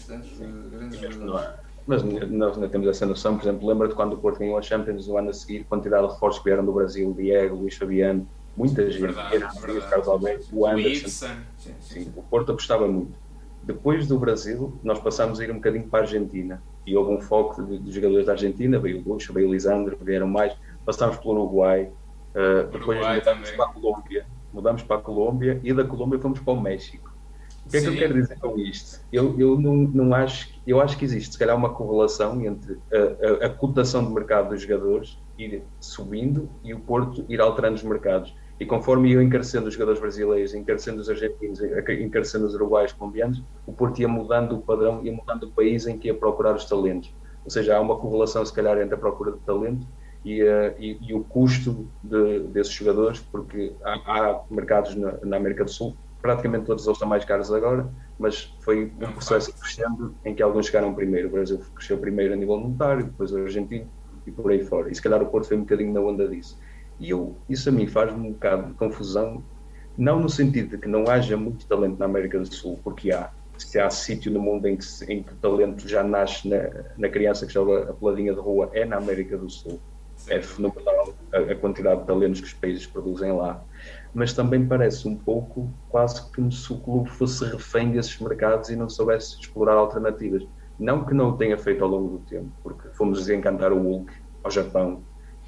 [SPEAKER 3] Mas nós não temos essa noção, por exemplo, lembra-te quando o Porto ganhou a Champions no ano a seguir, quantidade de reforços que vieram do Brasil, Diego, Luís Fabiano, muita gente,
[SPEAKER 1] verdade, verdade.
[SPEAKER 3] o Carlos Alberto, o Anderson,
[SPEAKER 1] sim,
[SPEAKER 3] sim, sim. O Porto apostava muito. Depois do Brasil, nós passámos a ir um bocadinho para a Argentina e houve um foco de, de jogadores da Argentina, veio o Lucho, veio o Lisandro, vieram mais, passámos pelo Uruguai, uh, depois
[SPEAKER 1] Uruguai
[SPEAKER 3] mudámos
[SPEAKER 1] também.
[SPEAKER 3] para a Colômbia, mudámos para a Colômbia e da Colômbia fomos para o México. O que é
[SPEAKER 1] Sim.
[SPEAKER 3] que eu quero dizer com isto? Eu, eu não, não acho, eu acho que existe, se calhar, uma correlação entre a, a, a cotação de mercado dos jogadores ir subindo e o Porto ir alterando os mercados. E conforme iam encarecendo os jogadores brasileiros, encarecendo os argentinos, encarecendo os uruguaios, colombianos, o Porto ia mudando o padrão, ia mudando o país em que ia procurar os talentos. Ou seja, há uma correlação, se calhar, entre a procura de talento e, uh, e, e o custo de, desses jogadores, porque há, há mercados na, na América do Sul, praticamente todos eles estão mais caros agora, mas foi um processo crescendo em que alguns chegaram primeiro. O Brasil cresceu primeiro a nível monetário, depois o argentino e por aí fora. E se calhar o Porto foi um bocadinho na onda disso. E eu, isso a mim faz-me um bocado de confusão, não no sentido de que não haja muito talento na América do Sul, porque há. Se há sítio no mundo em que, em que o talento já nasce na, na criança que joga a peladinha de rua, é na América do Sul. Sim. É fenomenal a, a quantidade de talentos que os países produzem lá. Mas também parece um pouco quase como se o clube fosse refém desses mercados e não soubesse explorar alternativas. Não que não o tenha feito ao longo do tempo, porque fomos desencantar o Hulk ao Japão,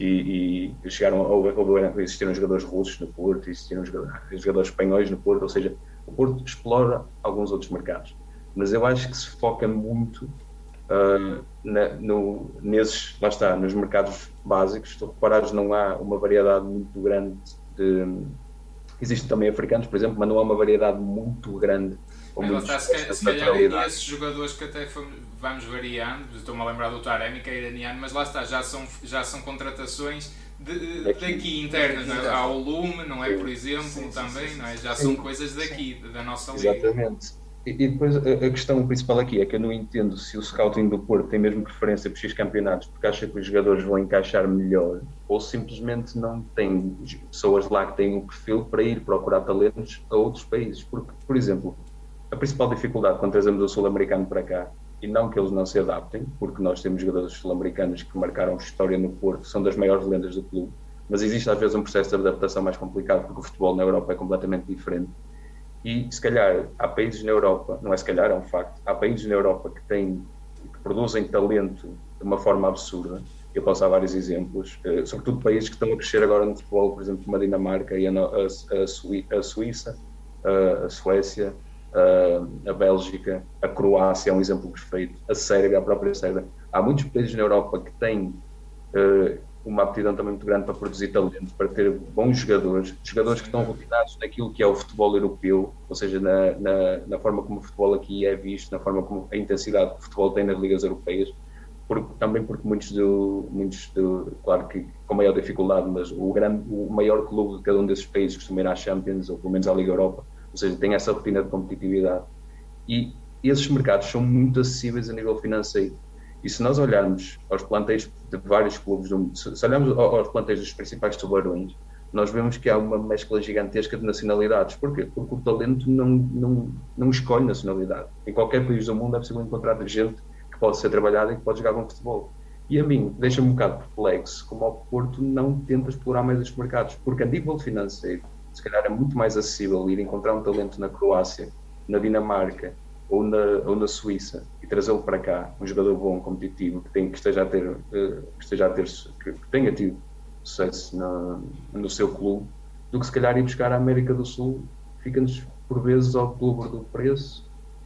[SPEAKER 3] E, e chegaram a existiram jogadores russos no Porto, existiram jogadores, jogadores espanhóis no Porto, ou seja, o Porto explora alguns outros mercados, mas eu acho que se foca muito uh, na, no, nesses, lá está, nos mercados básicos. Se tu reparares, não há uma variedade muito grande de... Existem também africanos, por exemplo, mas não há uma variedade muito grande.
[SPEAKER 1] Mas lá está, se, calhar, se calhar esses jogadores que até fomos, vamos variando, estou-me a lembrar do Taremi, que é iraniano, mas lá está, já são, já são contratações de, daqui, daqui internas, não é? Há o Lume, não é, por exemplo, sim, também, sim, sim, não é? Já sim, são coisas daqui, sim. da nossa liga.
[SPEAKER 3] Exatamente. E, e depois a, a questão principal aqui é que eu não entendo se o scouting do Porto tem mesmo preferência por X campeonatos porque acha que os jogadores vão encaixar melhor, ou simplesmente não tem pessoas lá que têm um perfil para ir procurar talentos a outros países. Porque, por exemplo, a principal dificuldade quando trazemos o sul-americano para cá, e não que eles não se adaptem, porque nós temos jogadores sul-americanos que marcaram história no Porto, são das maiores lendas do clube, mas existe às vezes um processo de adaptação mais complicado porque o futebol na Europa é completamente diferente. E se calhar há países na Europa, não é se calhar, é um facto, há países na Europa que têm, que produzem talento de uma forma absurda. Eu posso dar vários exemplos, sobretudo países que estão a crescer agora no futebol, por exemplo, como a Dinamarca e a, a, a, Suí, a Suíça, a, a Suécia, a, a Bélgica, a Croácia é um exemplo perfeito, a Sérvia, a própria Sérvia. Há muitos países na Europa que têm uh, uma aptidão também muito grande para produzir talento, para ter bons jogadores, jogadores que estão rotinados naquilo que é o futebol europeu, ou seja, na, na, na forma como o futebol aqui é visto, na forma como a intensidade que o futebol tem nas ligas europeias. porque, também porque muitos do, muitos do, claro que com maior dificuldade, mas o, grande, o maior clube de cada um desses países costuma ir à Champions, ou pelo menos à Liga Europa, ou seja, tem essa rotina de competitividade. E esses mercados são muito acessíveis a nível financeiro. E se nós olharmos aos plantéis de vários clubes, do mundo, se olharmos aos plantéis dos principais tubarões, nós vemos que há uma mescla gigantesca de nacionalidades. Porquê? Porque o talento não, não, não escolhe nacionalidade. Em qualquer país do mundo é possível encontrar gente que pode ser trabalhada e que pode jogar bom futebol. E a mim deixa-me um bocado perplexo como o Porto não tenta explorar mais estes mercados, porque a nível financeiro, se calhar é muito mais acessível ir encontrar um talento na Croácia, na Dinamarca ou na, ou na Suíça e trazê-lo para cá, um jogador bom, competitivo, que, tem, que, esteja, a ter, que, esteja a ter, que tenha tido sucesso no, no seu clube, do que se calhar ir buscar a América do Sul, fica-nos por vezes ao dobro do preço.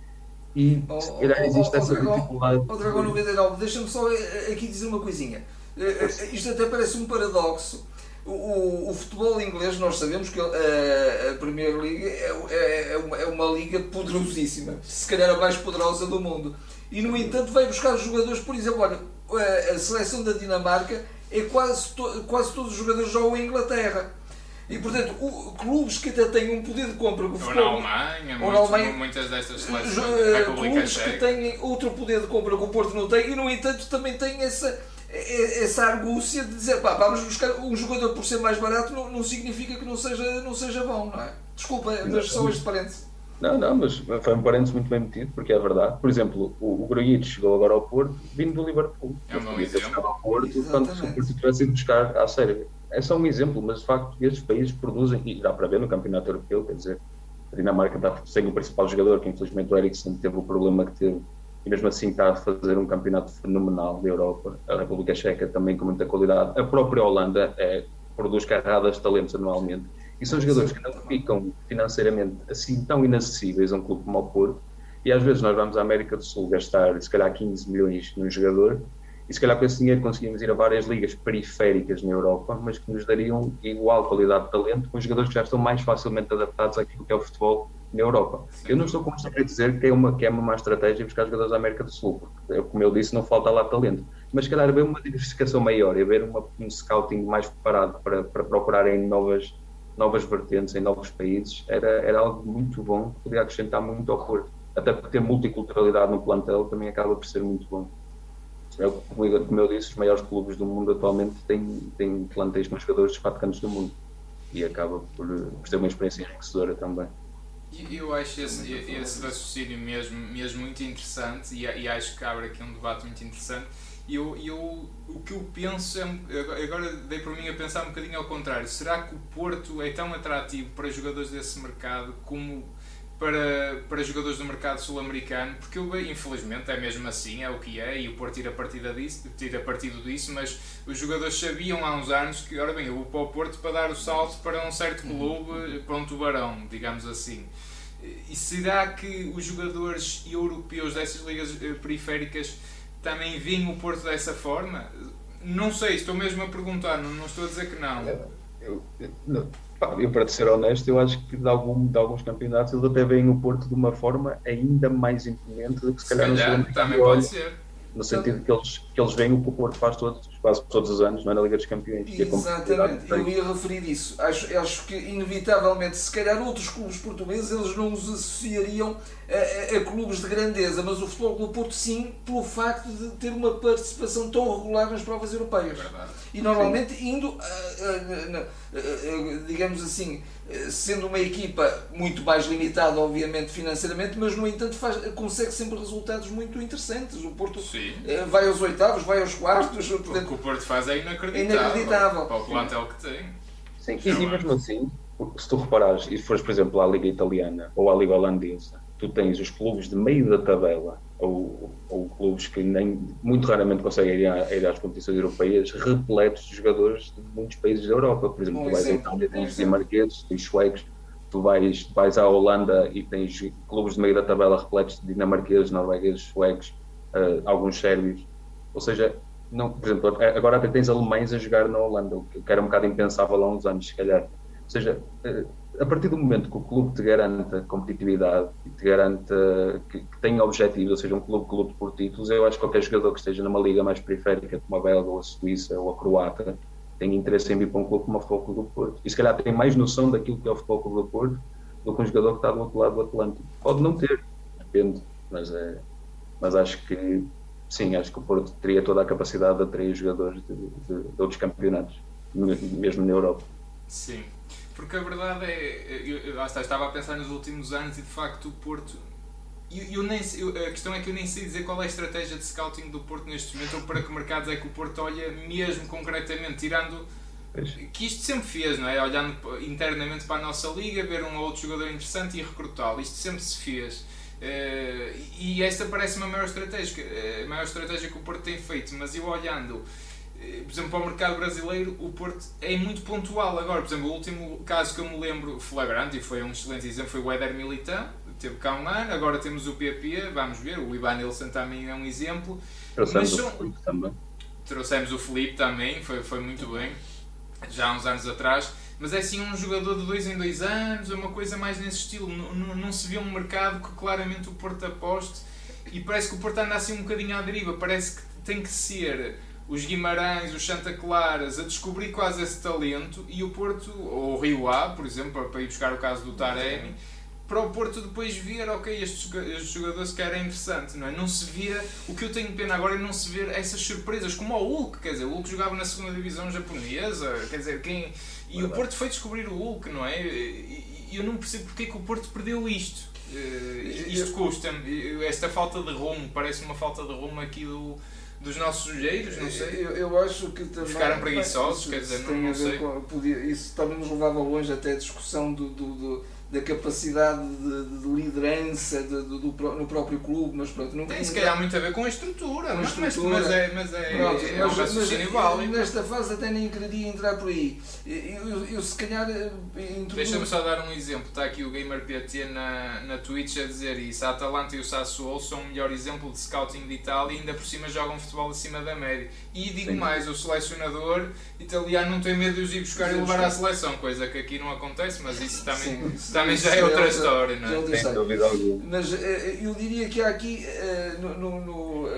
[SPEAKER 3] E
[SPEAKER 2] oh,
[SPEAKER 3] se calhar existe
[SPEAKER 2] oh,
[SPEAKER 3] essa
[SPEAKER 2] oh,
[SPEAKER 3] dificuldade.
[SPEAKER 2] Oh, Dragão noventa e nove, deixa-me só aqui dizer uma coisinha. Isto até parece um paradoxo. O, o futebol inglês, nós sabemos que a, a Premier League é, é, é, uma, é uma liga poderosíssima, se calhar a mais poderosa do mundo. E, no entanto, vai buscar jogadores, por exemplo, olha, a, a seleção da Dinamarca, é quase, to, quase todos os jogadores jogam em Inglaterra. E, portanto, o, clubes que até têm um poder de compra...
[SPEAKER 1] Ou na Alemanha, ou na Alemanha muitas destas seleções,
[SPEAKER 2] uh, clubes que têm outro poder de compra que o Porto não tem, e, no entanto, também têm essa... essa argúcia de dizer, pá, vamos buscar um jogador por ser mais barato, não, não significa que não seja, não seja bom, não é? Desculpa, mas só este parênteses.
[SPEAKER 3] Não, não, mas foi um parênteses muito bem metido, porque é verdade. Por exemplo, o, o Grujic chegou agora ao Porto, vindo do Liverpool.
[SPEAKER 1] É um exemplo.
[SPEAKER 3] Ao Porto, quando se o Porto tivesse ido buscar à série. É só um exemplo, mas de facto estes países produzem, e dá para ver no Campeonato Europeu, quer dizer, a Dinamarca está sem o principal jogador, que infelizmente o Eriksen teve o problema que teve, e mesmo assim está a fazer um campeonato fenomenal da Europa. A República Checa também com muita qualidade. A própria Holanda é, produz carradas de talentos anualmente. E são jogadores que não ficam financeiramente assim tão inacessíveis a um clube como o Porto. E às vezes nós vamos à América do Sul gastar se calhar quinze milhões num jogador, e se calhar com esse dinheiro conseguimos ir a várias ligas periféricas na Europa, mas que nos dariam igual qualidade de talento com jogadores que já estão mais facilmente adaptados àquilo que é o futebol na Europa. Sim. Eu não estou com isto a dizer que é, uma, que é uma má estratégia buscar jogadores da América do Sul, porque, como eu disse, não falta lá talento. Mas se calhar haver uma diversificação maior, haver uma, um scouting mais preparado para, para procurarem novas, novas vertentes em novos países, era, era algo muito bom, que podia acrescentar muito ao Porto. Até porque ter multiculturalidade no plantel também acaba por ser muito bom. É, como eu disse, os maiores clubes do mundo atualmente têm, têm plantéis com jogadores dos quatro cantos do mundo. E acaba por, por ter uma experiência enriquecedora também.
[SPEAKER 1] Eu acho esse, esse raciocínio mesmo, mesmo muito interessante, e, e acho que abre aqui um debate muito interessante. E eu, eu, o que eu penso, é, agora dei por mim a pensar um bocadinho ao contrário. Será que o Porto é tão atrativo para jogadores desse mercado como para, para jogadores do mercado sul-americano? Porque eu, infelizmente é mesmo assim, é o que é, e o Porto tira partido disso, tira partido disso, mas os jogadores sabiam há uns anos que, ora bem, eu vou para o Porto para dar o salto para um certo clube, para um tubarão, digamos assim. E será que os jogadores europeus dessas ligas periféricas também veem o Porto dessa forma? Não sei, estou mesmo a perguntar, não, não estou a dizer que não.
[SPEAKER 3] Eu, eu, não. Eu, para ser honesto, eu acho que de, algum, de alguns campeonatos eles até veem o Porto de uma forma ainda mais imponente do que se, se calhar,
[SPEAKER 1] calhar
[SPEAKER 3] no
[SPEAKER 1] também pode ser.
[SPEAKER 3] No sentido que eles, que eles veem o que o Porto faz todos, quase todos os anos, não é, na Liga dos Campeões.
[SPEAKER 2] Exatamente, eu ia referir isso. Acho, acho que, inevitavelmente, se calhar outros clubes portugueses, eles não os associariam a, a, a clubes de grandeza, mas o Futebol Clube do Porto, sim, pelo facto de ter uma participação tão regular nas provas europeias.
[SPEAKER 1] É
[SPEAKER 2] e normalmente sim. indo, uh, uh, uh, uh, digamos assim, uh, sendo uma equipa muito mais limitada, obviamente, financeiramente, mas, no entanto, faz, consegue sempre resultados muito interessantes. O Porto uh, vai aos oitavos, vai aos quartos.
[SPEAKER 1] O que o Porto faz é inacreditável,
[SPEAKER 2] é inacreditável.
[SPEAKER 1] Para o plantel que tem.
[SPEAKER 3] Sim, e, e mesmo assim, se tu reparares e fores, por exemplo, à Liga Italiana ou à Liga Holandesa, tu tens os clubes de meio da tabela, ou, ou clubes que nem, muito raramente conseguem ir, a, ir às competições europeias, repletos de jogadores de muitos países da Europa. Por exemplo, tu vais à Itália, tens dinamarqueses, tens suecos, tu vais, vais à Holanda e tens clubes de meio da tabela repletos de dinamarqueses, noruegueses, suecos, uh, alguns sérvios. Ou seja, não, por exemplo, agora até tens alemães a jogar na Holanda, o que era um bocado impensável há uns anos, se calhar. Ou seja, a partir do momento que o clube te garanta competitividade e te garanta que, que tenha objetivos, ou seja, um clube que lute por títulos, eu acho que qualquer jogador que esteja numa liga mais periférica, como a Belga, ou a Suíça, ou a Croata, tem interesse em vir para um clube como o Futebol Clube do Porto. E se calhar tem mais noção daquilo que é o Futebol Clube do Porto do que um jogador que está do outro lado do Atlântico. Pode não ter, depende, mas, é, mas acho que sim, acho que o Porto teria toda a capacidade de atrair jogadores de, de, de outros campeonatos, mesmo na Europa.
[SPEAKER 1] Sim, porque a verdade é, eu, eu, eu estava a pensar nos últimos anos e de facto o Porto, eu, eu nem, eu, a questão é que eu nem sei dizer qual é a estratégia de scouting do Porto neste momento ou para que mercados é que o Porto olha mesmo concretamente, tirando que isto sempre fez, não é? Olhando internamente para a nossa liga, ver um ou outro jogador interessante e recrutá-lo, isto sempre se fez. Uh, e esta parece-me a maior estratégia, a maior estratégia que o Porto tem feito, mas eu olhando, por exemplo, para o mercado brasileiro, o Porto é muito pontual agora. Por exemplo, o último caso que eu me lembro flagrante, e foi um excelente exemplo, foi o Éder Militão, teve cá um ano, agora temos o P P, vamos ver, o Ivan Nilsson também é um exemplo.
[SPEAKER 3] Trouxemos o Felipe também.
[SPEAKER 1] Trouxemos o Felipe também, foi, foi muito bem, já há uns anos atrás. Mas é assim um jogador de dois em dois anos, uma coisa mais nesse estilo. Não, não, não se vê um mercado que claramente o Porto aposte e parece que o Porto anda assim um bocadinho à deriva. Parece que tem que ser os Guimarães, os Santa Claras a descobrir quase esse talento e o Porto, ou o Rio Ave, por exemplo, para ir buscar o caso do Taremi, para o Porto depois ver, ok, este, este jogador se calhar é interessante, não é? Não se vê, o que eu tenho pena agora é não se ver essas surpresas, como o Hulk, quer dizer, o Hulk jogava na segunda divisão japonesa, quer dizer, quem... E o Porto foi descobrir o Hulk, não é? E eu não percebo porque é que o Porto perdeu isto. Isto custa-me, esta falta de rumo, parece uma falta de rumo aqui do... dos nossos sujeitos, não sei.
[SPEAKER 2] Eu, eu acho que também...
[SPEAKER 1] Ficaram preguiçosos,
[SPEAKER 2] isso,
[SPEAKER 1] quer dizer,
[SPEAKER 2] isso
[SPEAKER 1] não, não sei.
[SPEAKER 2] Com, podia, isso também nos levava longe até a discussão do, do, do, da capacidade de, de liderança de, do, do, no próprio clube, mas pronto... Não
[SPEAKER 1] tem se calhar muito a ver com a estrutura,
[SPEAKER 2] com a
[SPEAKER 1] mas,
[SPEAKER 2] estrutura
[SPEAKER 1] mas é, mas é,
[SPEAKER 2] pronto,
[SPEAKER 1] é
[SPEAKER 2] mas,
[SPEAKER 1] um raciocínio válido.
[SPEAKER 2] Nesta fase até nem queria entrar por aí. Eu, eu, eu se calhar... Introduzo...
[SPEAKER 1] Deixa-me só dar um exemplo. Está aqui o Gamer P T na, na Twitch a dizer isso. A Atalanta e o Sassuolo são o melhor exemplo de scouting de Itália e ainda por cima jogam futebol acima da média. E digo Sim. mais, o selecionador italiano não tem medo de os ir buscar e levar à seleção, coisa que aqui não acontece, mas isso também, Sim, também já é outra história, não é?
[SPEAKER 3] Sem dúvida alguma.
[SPEAKER 2] Mas eu diria que há aqui no... no, no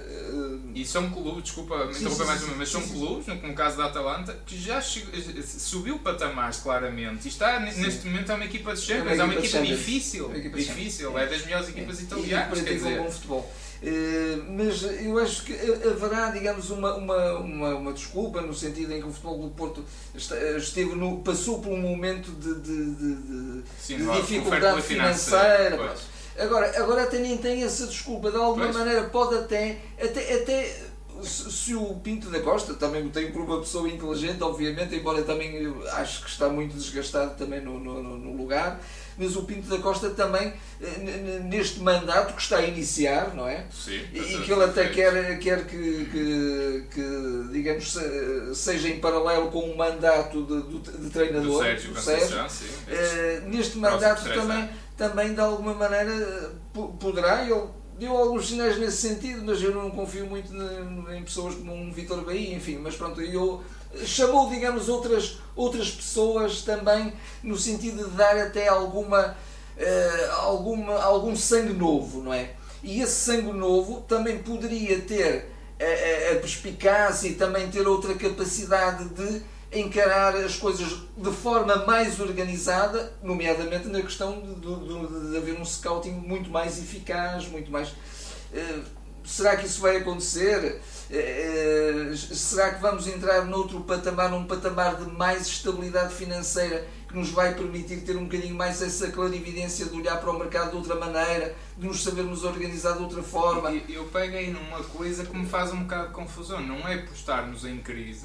[SPEAKER 1] e são clubes, desculpa me interromper mais uma vez, mas são sim, clubes, sim. como o caso da Atalanta, que já chegou, subiu patamares claramente. E está, sim. neste momento, é uma equipa de Champions, é uma equipa, é uma equipa difícil, uma equipa difícil, é das melhores equipas é. italianas.
[SPEAKER 2] E quer dizer. Bom futebol. Uh, mas eu acho que haverá, digamos, uma, uma, uma, uma desculpa no sentido em que o Futebol do Porto esteve no, passou por um momento de, de, de, de,
[SPEAKER 1] Sim,
[SPEAKER 2] de
[SPEAKER 1] claro,
[SPEAKER 2] dificuldade financeira. Agora, agora até nem tem essa desculpa, de alguma pois. maneira pode até, até, até se o Pinto da Costa, também o tenho por uma pessoa inteligente, obviamente, embora também acho que está muito desgastado também no, no, no lugar, mas o Pinto da Costa também, neste mandato que está a iniciar, não é?
[SPEAKER 1] Sim,
[SPEAKER 2] e que ele até quer, quer que, que, que, digamos, seja em paralelo com o mandato de, de, de treinador,
[SPEAKER 1] do Sérgio,
[SPEAKER 2] do Sérgio.
[SPEAKER 1] Sim,
[SPEAKER 2] uh, neste mandato também, também, de alguma maneira, poderá, ele deu alguns sinais nesse sentido, mas eu não confio muito em pessoas como um Vítor Bahia, enfim, mas pronto, eu... chamou, digamos, outras, outras pessoas também no sentido de dar até alguma, uh, alguma, algum sangue novo, não é? E esse sangue novo também poderia ter a, a, a perspicácia e também ter outra capacidade de encarar as coisas de forma mais organizada, nomeadamente na questão de, de, de haver um scouting muito mais eficaz, muito mais... Uh, será que isso vai acontecer? Uh, será que vamos entrar noutro patamar, num patamar de mais estabilidade financeira que nos vai permitir ter um bocadinho mais essa clarividência de olhar para o mercado de outra maneira, de nos sabermos organizar de outra forma?
[SPEAKER 1] Eu, eu peguei numa coisa que me faz um bocado de confusão, não é por estarmos em crise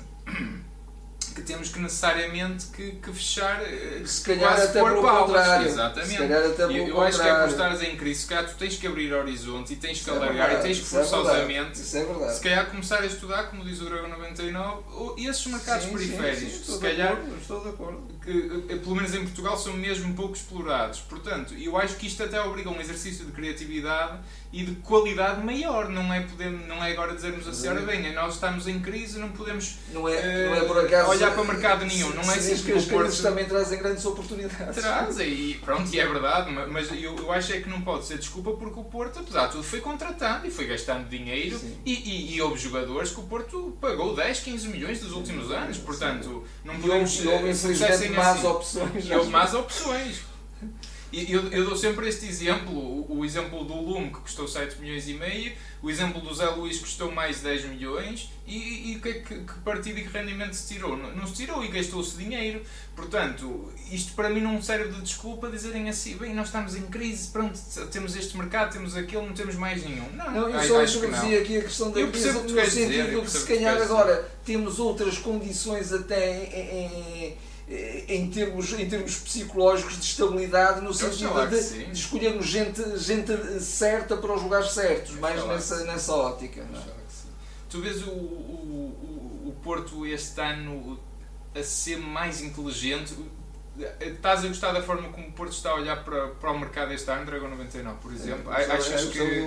[SPEAKER 1] que temos que necessariamente que, que fechar,
[SPEAKER 2] se calhar até pelo contrário.
[SPEAKER 1] Exatamente.
[SPEAKER 2] Se calhar até pelo
[SPEAKER 1] eu eu acho que é por estares em crise, se calhar tu tens que abrir horizontes e tens que
[SPEAKER 2] isso
[SPEAKER 1] alargar
[SPEAKER 2] é
[SPEAKER 1] e tens que forçosamente,
[SPEAKER 2] isso é verdade.
[SPEAKER 1] se calhar começar a estudar, como diz o Dragon noventa e nove, esses mercados
[SPEAKER 2] sim,
[SPEAKER 1] periféricos,
[SPEAKER 2] sim, sim, estou
[SPEAKER 1] se calhar,
[SPEAKER 2] de acordo, estou de acordo.
[SPEAKER 1] Que pelo menos em Portugal são mesmo pouco explorados. Portanto, eu acho que isto até obriga um exercício de criatividade e de qualidade maior, não é, podemos, não é agora dizermos assim, ora bem, nós estamos em crise, não podemos
[SPEAKER 2] não é,
[SPEAKER 1] uh,
[SPEAKER 2] não é por acaso
[SPEAKER 1] olhar já para mercado nenhum. Não é assim
[SPEAKER 2] que as crises também trazem grandes oportunidades.
[SPEAKER 1] Trazem, e pronto, e é verdade, mas eu, eu acho é que não pode ser desculpa porque o Porto, apesar de tudo, foi contratando e foi gastando dinheiro e, e, e houve jogadores que o Porto pagou dez, quinze milhões dos últimos anos, portanto, não podemos...
[SPEAKER 2] E houve, infelizmente, más assim. opções.
[SPEAKER 1] E houve más opções. Eu, eu dou sempre este exemplo, o, o exemplo do Lume que custou sete milhões e meio, o exemplo do Zé Luís que custou mais dez milhões e, e que, que, que partido e que rendimento se tirou? Não, não se tirou e gastou-se dinheiro. Portanto, isto para mim não serve de desculpa dizerem assim, bem, nós estamos em crise, pronto, temos este mercado, temos aquele, não temos mais nenhum. Não,
[SPEAKER 2] não eu só introduzia aqui a questão da crise no sentido que se calhar agora temos outras condições até em, em Em termos, em termos psicológicos de estabilidade, no sentido de, de escolhermos gente, gente certa para os lugares certos, mais nessa, nessa ótica. Não é?
[SPEAKER 1] Tu vês o, o, o, o Porto este ano a ser mais inteligente? Estás a gostar da forma como o Porto está a olhar para, para o mercado este ano, Dragão noventa e nove, por exemplo?
[SPEAKER 2] É,
[SPEAKER 1] Achas que...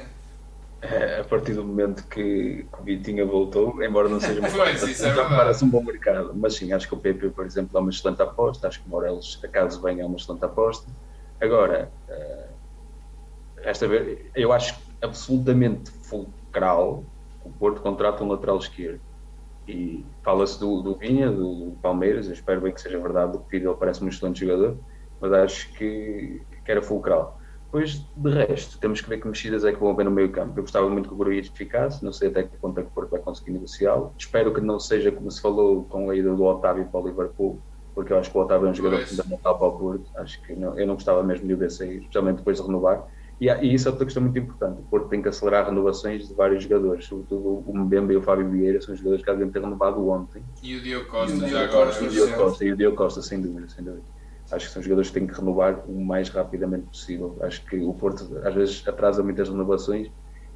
[SPEAKER 3] A partir do momento que o Vitinha voltou, embora não seja uma
[SPEAKER 1] pois,
[SPEAKER 3] um bom mercado, mas sim, acho que o P P, por exemplo, é uma excelente aposta, acho que o Morelos, acaso bem, é uma excelente aposta. Agora, esta vez, eu acho absolutamente fulcral o Porto contrata um lateral esquerdo. E fala-se do, do Vinha, do, do Palmeiras, eu espero bem que seja verdade, o Pires ele parece um excelente jogador, mas acho que, que era fulcral. Depois, de resto, temos que ver que mexidas é que vão haver no meio campo. Eu gostava muito que o Gruitch ficasse, não sei até que ponto é que o Porto vai conseguir negociá-lo. Espero que não seja como se falou com a ida do Otávio para o Liverpool, porque eu acho que o Otávio é um jogador
[SPEAKER 1] pois.
[SPEAKER 3] fundamental para o Porto. Acho que não, eu não gostava mesmo de o ver sair, especialmente depois de renovar. E, e isso é outra questão muito importante. O Porto tem que acelerar renovações de vários jogadores, sobretudo o Mbemba e o Fábio Vieira, são jogadores que devem ter renovado ontem.
[SPEAKER 1] E o Diogo Costa,
[SPEAKER 3] e o
[SPEAKER 1] já
[SPEAKER 3] Diogo
[SPEAKER 1] agora.
[SPEAKER 3] Costa, e o Diogo Costa, e o Diogo Costa, sem dúvida, sem dúvida. Acho que são jogadores que têm que renovar o mais rapidamente possível. Acho que o Porto às vezes atrasa muitas renovações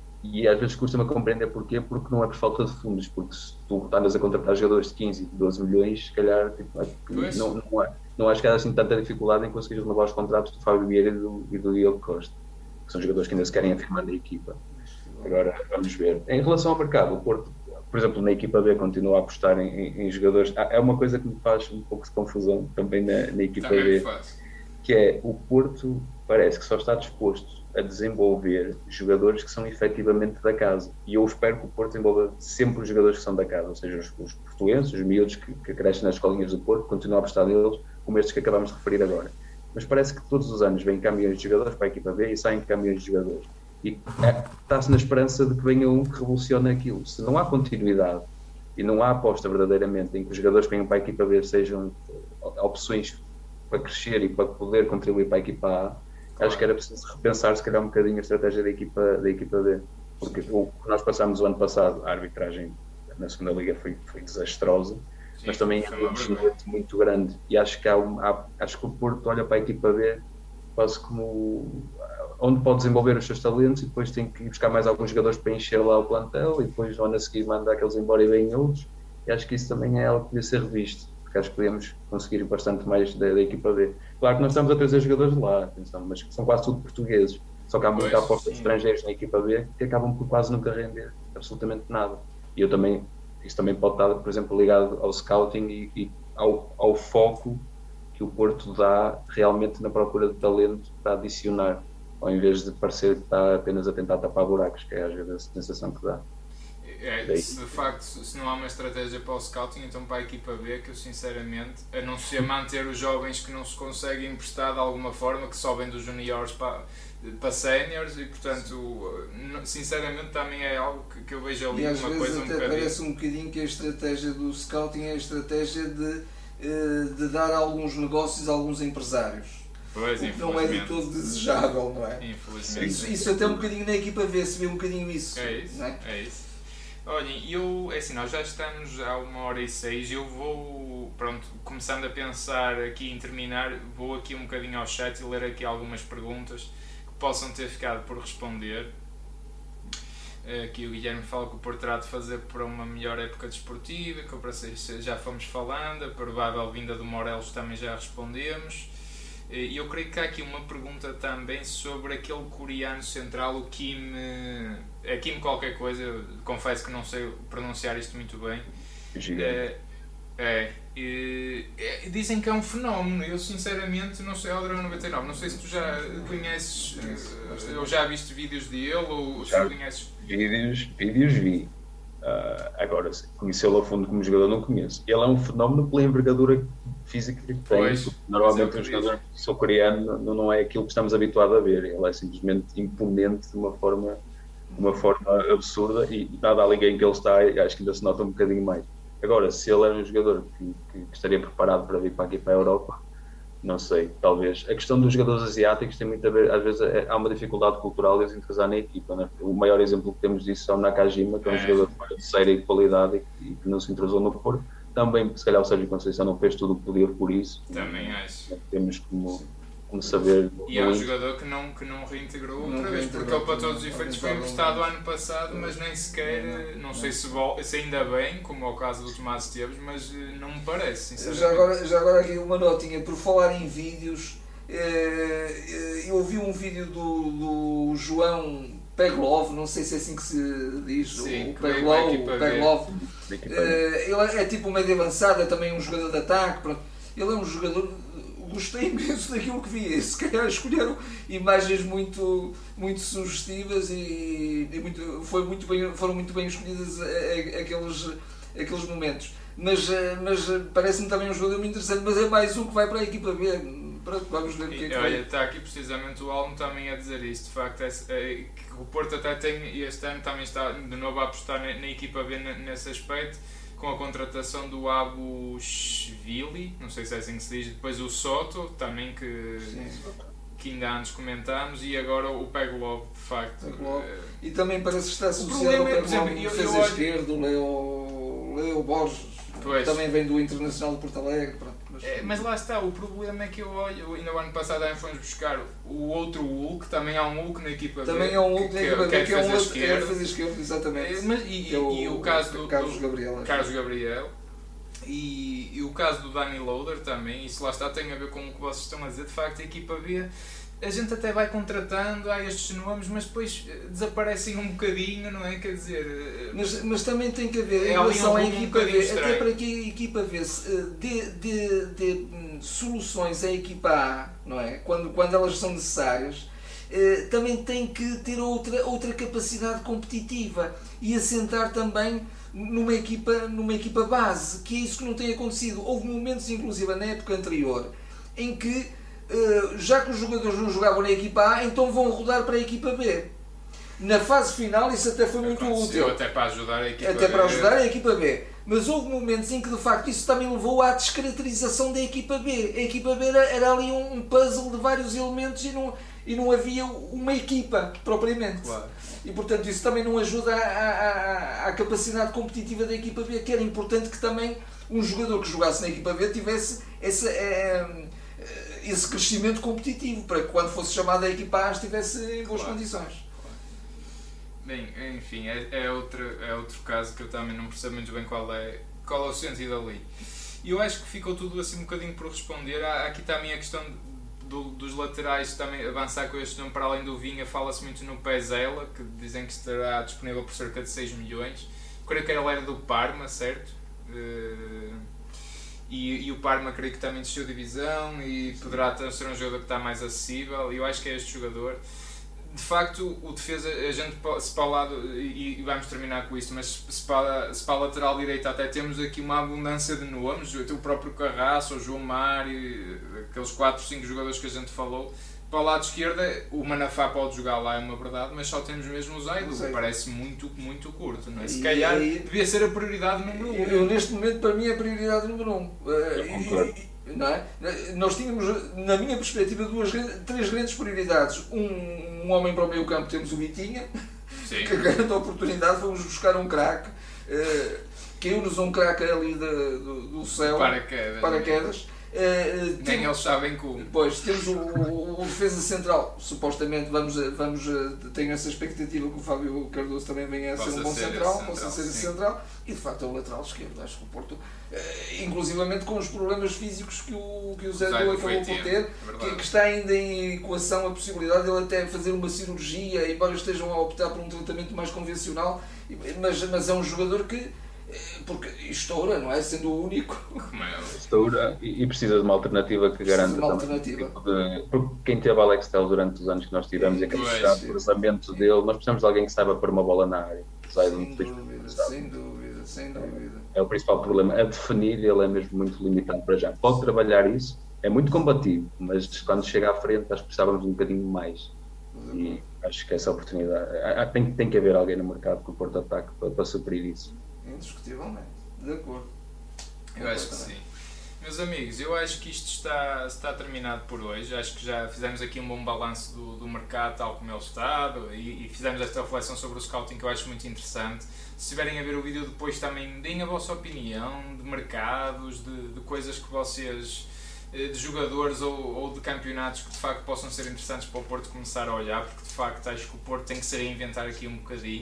[SPEAKER 3] e às vezes custa-me a compreender porquê, porque não é por falta de fundos, porque se tu andas a contratar jogadores de quinze, doze milhões, se calhar tipo, acho que não, não, há, não acho que há assim tanta dificuldade em conseguir renovar os contratos do Fábio Vieira e do, e do Diogo Costa, que são jogadores que ainda se querem afirmar na equipa. Agora vamos ver. Em relação ao mercado, o Porto, por exemplo, na equipa B continua a apostar em, em, em jogadores. É uma coisa que me faz um pouco de confusão também na, na equipa
[SPEAKER 1] também
[SPEAKER 3] B, que é o Porto parece que só está disposto a desenvolver jogadores que são efetivamente da casa. E eu espero que o Porto desenvolva sempre os jogadores que são da casa, ou seja, os, os portuenses, os miúdos que, que crescem nas escolinhas do Porto, continuam a apostar neles, como estes que acabamos de referir agora. Mas parece que todos os anos vêm caminhões de jogadores para a equipa B e saem caminhões de jogadores. E é, está-se na esperança de que venha um que revolucione aquilo. Se não há continuidade e não há aposta verdadeiramente em que os jogadores que venham para a equipa B sejam opções para crescer e para poder contribuir para a equipa A, claro. Acho que era preciso repensar se calhar um bocadinho a estratégia da equipa, da equipa B. Porque o que nós passámos o ano passado, a arbitragem na segunda liga foi, foi desastrosa, sim, mas também é um desmonte muito grande. E acho que, há, há, acho que o Porto olha para a equipa B quase como onde pode desenvolver os seus talentos e depois tem que ir buscar mais alguns jogadores para encher lá o plantel e depois no ano a seguir manda aqueles embora e vêm outros. E acho que isso também é algo que devia ser revisto, porque acho que podemos conseguir bastante mais da, da equipa B. Claro que nós estamos a trazer jogadores de lá, atenção, mas são quase tudo portugueses, só que há muita aposta de estrangeiros na equipa B que acabam por quase nunca render absolutamente nada. E eu também, isso também pode estar, por exemplo, ligado ao scouting e, e ao, ao foco que o Porto dá realmente na procura de talento para adicionar, ao invés de parecer que está apenas a tentar tapar buracos, que é às vezes a sensação que dá.
[SPEAKER 1] É, se de facto se não há uma estratégia para o scouting, então para a equipa B, que eu sinceramente, a não ser manter os jovens que não se conseguem emprestar de alguma forma, que sobem dos juniores para, para séniores, e portanto, sinceramente também é algo que, que eu vejo ali
[SPEAKER 2] e às
[SPEAKER 1] uma
[SPEAKER 2] vezes
[SPEAKER 1] coisa um
[SPEAKER 2] até
[SPEAKER 1] bocadinho.
[SPEAKER 2] parece um bocadinho que a estratégia do scouting é a estratégia de, de dar a alguns negócios a alguns empresários.
[SPEAKER 1] Pois,
[SPEAKER 2] o que não é de todo desejável, não é?
[SPEAKER 1] Infelizmente.
[SPEAKER 2] Isso, isso até um bocadinho na equipa vê, se vê um bocadinho isso.
[SPEAKER 1] É isso,
[SPEAKER 2] não é?
[SPEAKER 1] é isso. Olhem, eu, é assim, nós já estamos há uma hora e seis, eu vou, pronto, começando a pensar aqui em terminar, vou aqui um bocadinho ao chat e ler aqui algumas perguntas que possam ter ficado por responder. Aqui o Guilherme fala que o Porto terá de fazer para uma melhor época desportiva, que eu já fomos falando, a provável vinda do Morelos também já respondemos. E eu creio que há aqui uma pergunta também sobre aquele coreano central, o Kim, é Kim qualquer coisa, eu confesso que não sei pronunciar isto muito bem.
[SPEAKER 3] É,
[SPEAKER 1] É, e, e dizem que é um fenómeno. Eu sinceramente não sei, é o Dragão noventa e nove, não sei se tu já conheces, ou já viste vídeos dele, ou se tu conheces.
[SPEAKER 3] Vídeos, vídeos vi. Uh, agora, conhecê-lo a fundo como jogador não conheço. Ele é um fenómeno pela envergadura física que tem.
[SPEAKER 1] Pois,
[SPEAKER 3] normalmente um jogador sul-coreano não, não é aquilo que estamos habituados a ver. Ele é simplesmente imponente de uma forma, de uma forma absurda e dada a liga em que ele está, acho que ainda se nota um bocadinho mais. Agora, se ele era um jogador que, que, que estaria preparado para vir para aqui para a Europa, não sei, talvez. A questão dos jogadores asiáticos tem muito a ver, às vezes é, há uma dificuldade cultural de os entrosar na equipa, né? O maior exemplo que temos disso é o Nakajima, que é um é. jogador de séria e qualidade e, e que não se entrosou no Porto. Também, se calhar, o Sérgio Conceição não fez tudo o que podia por isso.
[SPEAKER 1] Também acho.
[SPEAKER 3] Temos como, como saber.
[SPEAKER 1] E é um jogador que não, que não reintegrou outra não vez, porque ele, para todos os efeitos, foi emprestado ano passado, mas nem sequer, não, não sei se, se ainda bem, como é o caso do Tomás Esteves, mas não me parece, sinceramente.
[SPEAKER 2] Já agora, já agora aqui uma notinha, por falar em vídeos, eu vi um vídeo do, do João Peglov, não sei se é assim que se diz,
[SPEAKER 1] Sim,
[SPEAKER 2] o Peglov, Peglov. Ele é tipo médio avançado, é também um jogador de ataque, pronto. Ele é um jogador, gostei imenso daquilo que vi, se calhar escolheram imagens muito, muito sugestivas e, e muito, foi muito bem, foram muito bem escolhidas aqueles, aqueles momentos. Mas, mas parece-me também um jogador muito interessante, mas é mais um que vai para a equipa B. Pronto, vamos ver o que é que
[SPEAKER 1] Olha,
[SPEAKER 2] vai.
[SPEAKER 1] está aqui precisamente o Almo também a dizer isto, de facto, é, é, que o Porto até tem, este ano também está de novo a apostar na, na equipa B nesse aspecto, com a contratação do Abushvili, não sei se é assim que se diz, depois o Soto, também que, que ainda antes comentámos, e agora o Peglov, de facto.
[SPEAKER 2] Peglov. E também parece que está associado ao Peglov, é, defesa esquerdo, o Leo, Leo Borges, pois. Também vem do Internacional de Porto Alegre. Pronto, mas...
[SPEAKER 1] É, mas lá está, o problema é que eu olho, ainda o ano passado aí fomos buscar o outro Hulk, também há um Hulk na equipa B.
[SPEAKER 2] Também há um Hulk na equipa B, que é um outro, é defesa
[SPEAKER 1] esquerda,
[SPEAKER 2] exatamente.
[SPEAKER 1] Mas, e, é o, e o caso do
[SPEAKER 2] Carlos Gabriel.
[SPEAKER 1] Carlos Gabriel. E, e o caso do Danny Loader também, isso lá está, tem a ver com o que vocês estão a dizer, de facto a equipa B, a gente até vai contratando, há estes nomes, mas depois desaparecem um bocadinho, não é? Quer dizer...
[SPEAKER 2] Mas, mas também tem que haver, em relação à equipa B, até para que a equipa B dê, dê, dê soluções à equipa A, não é? Quando, quando elas são necessárias, também tem que ter outra, outra capacidade competitiva e assentar também numa equipa, numa equipa base, que é isso que não tem acontecido. Houve momentos, inclusive na época anterior, em que já que os jogadores não jogavam na equipa A, então vão rodar para a equipa B. Na fase final isso até foi muito
[SPEAKER 1] Aconteceu
[SPEAKER 2] útil.
[SPEAKER 1] Até para ajudar a equipa
[SPEAKER 2] até
[SPEAKER 1] B.
[SPEAKER 2] para ajudar a equipa B. Mas houve momentos em que de facto isso também levou à descaracterização da equipa B. A equipa B era, era ali um puzzle de vários elementos e não, e não havia uma equipa propriamente.
[SPEAKER 1] Claro.
[SPEAKER 2] E portanto isso também não ajuda à, à, à capacidade competitiva da equipa B, que era importante que também um jogador que jogasse na equipa B tivesse essa... É, esse crescimento competitivo, para que quando fosse chamada a equipa A estivesse em boas claro, condições.
[SPEAKER 1] Claro. Bem, enfim, é, é, outro, é outro caso que eu também não percebo muito bem qual é, qual é o sentido ali. E eu acho que ficou tudo assim um bocadinho por responder. Há aqui também a questão do, dos laterais, também avançar com este nome, para além do Vinha, fala-se muito no Pezela, que dizem que estará disponível por cerca de seis milhões. Creio que ele era do Parma, certo? Uh, E, e o Parma creio que também desceu divisão e poderá ser um jogador que está mais acessível, e eu acho que é este jogador. De facto, o defesa, a gente se para o lado, e, e vamos terminar com isto, mas se para, se para a lateral direita até temos aqui uma abundância de nomes, o próprio Carraço, o João Mário, aqueles quatro, cinco jogadores que a gente falou. Para o lado esquerdo, o Manafá pode jogar lá, é uma verdade, mas só temos mesmo o Zaidu, que parece muito, muito curto, não é? Se calhar e, devia ser a prioridade número um.
[SPEAKER 2] Eu, eu, neste momento, para mim, é a prioridade número um. E, não é? Nós tínhamos, na minha perspectiva, duas, três grandes prioridades. Um, um homem para o meio campo, temos o Vitinha, Sim. que garante a oportunidade, fomos buscar um craque, uh, caiu-nos um craque ali de, do, do céu,
[SPEAKER 1] paraquedas.
[SPEAKER 2] paraquedas. Uh,
[SPEAKER 1] Nem tem, eles sabem como.
[SPEAKER 2] Pois, temos o, o, o defesa central, supostamente vamos, vamos, tenho essa expectativa que o Fábio Cardoso também venha a ser um bom ser central, central, possa ser esse central, e de facto é o lateral esquerdo. Acho que o Porto, uh, inclusivamente com os problemas físicos que o, que o Zé Dou acabou por ter, é que, que está ainda em equação a possibilidade de ele até fazer uma cirurgia, embora estejam a optar por um tratamento mais convencional, mas, mas é um jogador que porque estoura, não é? Sendo o único.
[SPEAKER 1] Como é?
[SPEAKER 3] Estoura e, e precisa de uma alternativa que garanta
[SPEAKER 2] uma
[SPEAKER 3] também.
[SPEAKER 2] alternativa.
[SPEAKER 3] Tipo de, porque quem teve Alex Telles durante os anos que nós tivemos e aquele
[SPEAKER 1] Pois.
[SPEAKER 3] cruzamento dele, nós precisamos de alguém que saiba pôr uma bola na área. Sai de um
[SPEAKER 2] Sem
[SPEAKER 3] depois-
[SPEAKER 2] dúvida, sem dúvida, sem dúvida.
[SPEAKER 3] É o principal problema. A definir, ele é mesmo muito limitado para já. Pode trabalhar isso, é muito combativo, mas quando chega à frente, acho que precisávamos um bocadinho mais. E acho que essa oportunidade. há- há- Tem, tem que haver alguém no mercado com o Porto Ataque para, para suprir isso.
[SPEAKER 2] Indiscutivelmente. De acordo.
[SPEAKER 1] Eu acho que sim. Meus amigos, eu acho que isto está, está terminado por hoje. Acho que já fizemos aqui um bom balanço do, do mercado, tal como ele está, e, e fizemos esta reflexão sobre o scouting que eu acho muito interessante. Se estiverem a ver o vídeo depois, também deem a vossa opinião de mercados, de, de coisas que vocês, de jogadores ou, ou de campeonatos que de facto possam ser interessantes para o Porto começar a olhar, porque de facto acho que o Porto tem que ser a inventar aqui um bocadinho.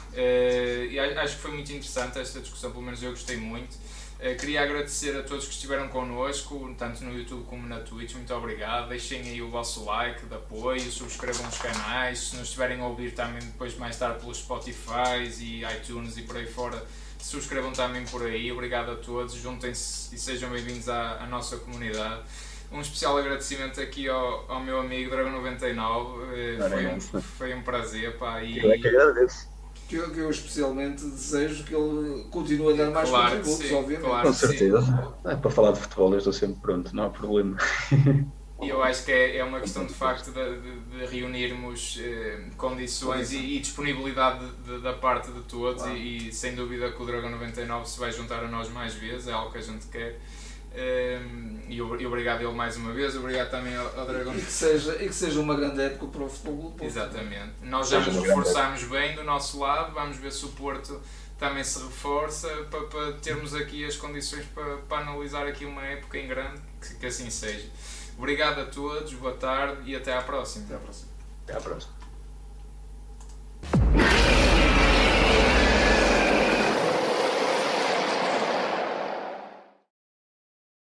[SPEAKER 1] Uh, e acho que foi muito interessante esta discussão, pelo menos eu gostei muito. Uh, queria agradecer a todos que estiveram connosco, tanto no YouTube como na Twitch, muito obrigado. Deixem aí o vosso like de apoio, subscrevam os canais, se nos estiverem a ouvir também depois mais tarde pelos Spotify e iTunes e por aí fora, subscrevam também por aí. Obrigado a todos, juntem-se e sejam bem-vindos à, à nossa comunidade. Um especial agradecimento aqui ao, ao meu amigo Dragon noventa e nove, uh, foi, um, foi um prazer, pá, e...
[SPEAKER 3] Eu é que agradeço.
[SPEAKER 2] Que eu, que eu especialmente desejo que ele continue a dar mais
[SPEAKER 1] Claro que
[SPEAKER 2] contributos,
[SPEAKER 1] sim,
[SPEAKER 2] obviamente.
[SPEAKER 1] claro.
[SPEAKER 3] Com certeza. É, para falar de futebol, eu estou sempre pronto, não há problema.
[SPEAKER 1] E eu acho que é, é uma questão de facto de, de, de reunirmos eh, condições e, e disponibilidade de, de, da parte de todos, claro. e, e sem dúvida que o Dragon noventa e nove se vai juntar a nós mais vezes, é algo que a gente quer. Um, e, e obrigado a ele mais uma vez, obrigado também ao, ao Dragon.
[SPEAKER 2] E que, seja, e que seja uma grande época para o futebol.
[SPEAKER 1] Exatamente. Nós já nos reforçámos bem do nosso lado, vamos ver se o Porto também se reforça para, para termos aqui as condições para, para analisar aqui uma época em grande, que, que assim seja. Obrigado a todos, boa tarde e até à próxima.
[SPEAKER 2] Até à próxima.
[SPEAKER 3] Até à próxima.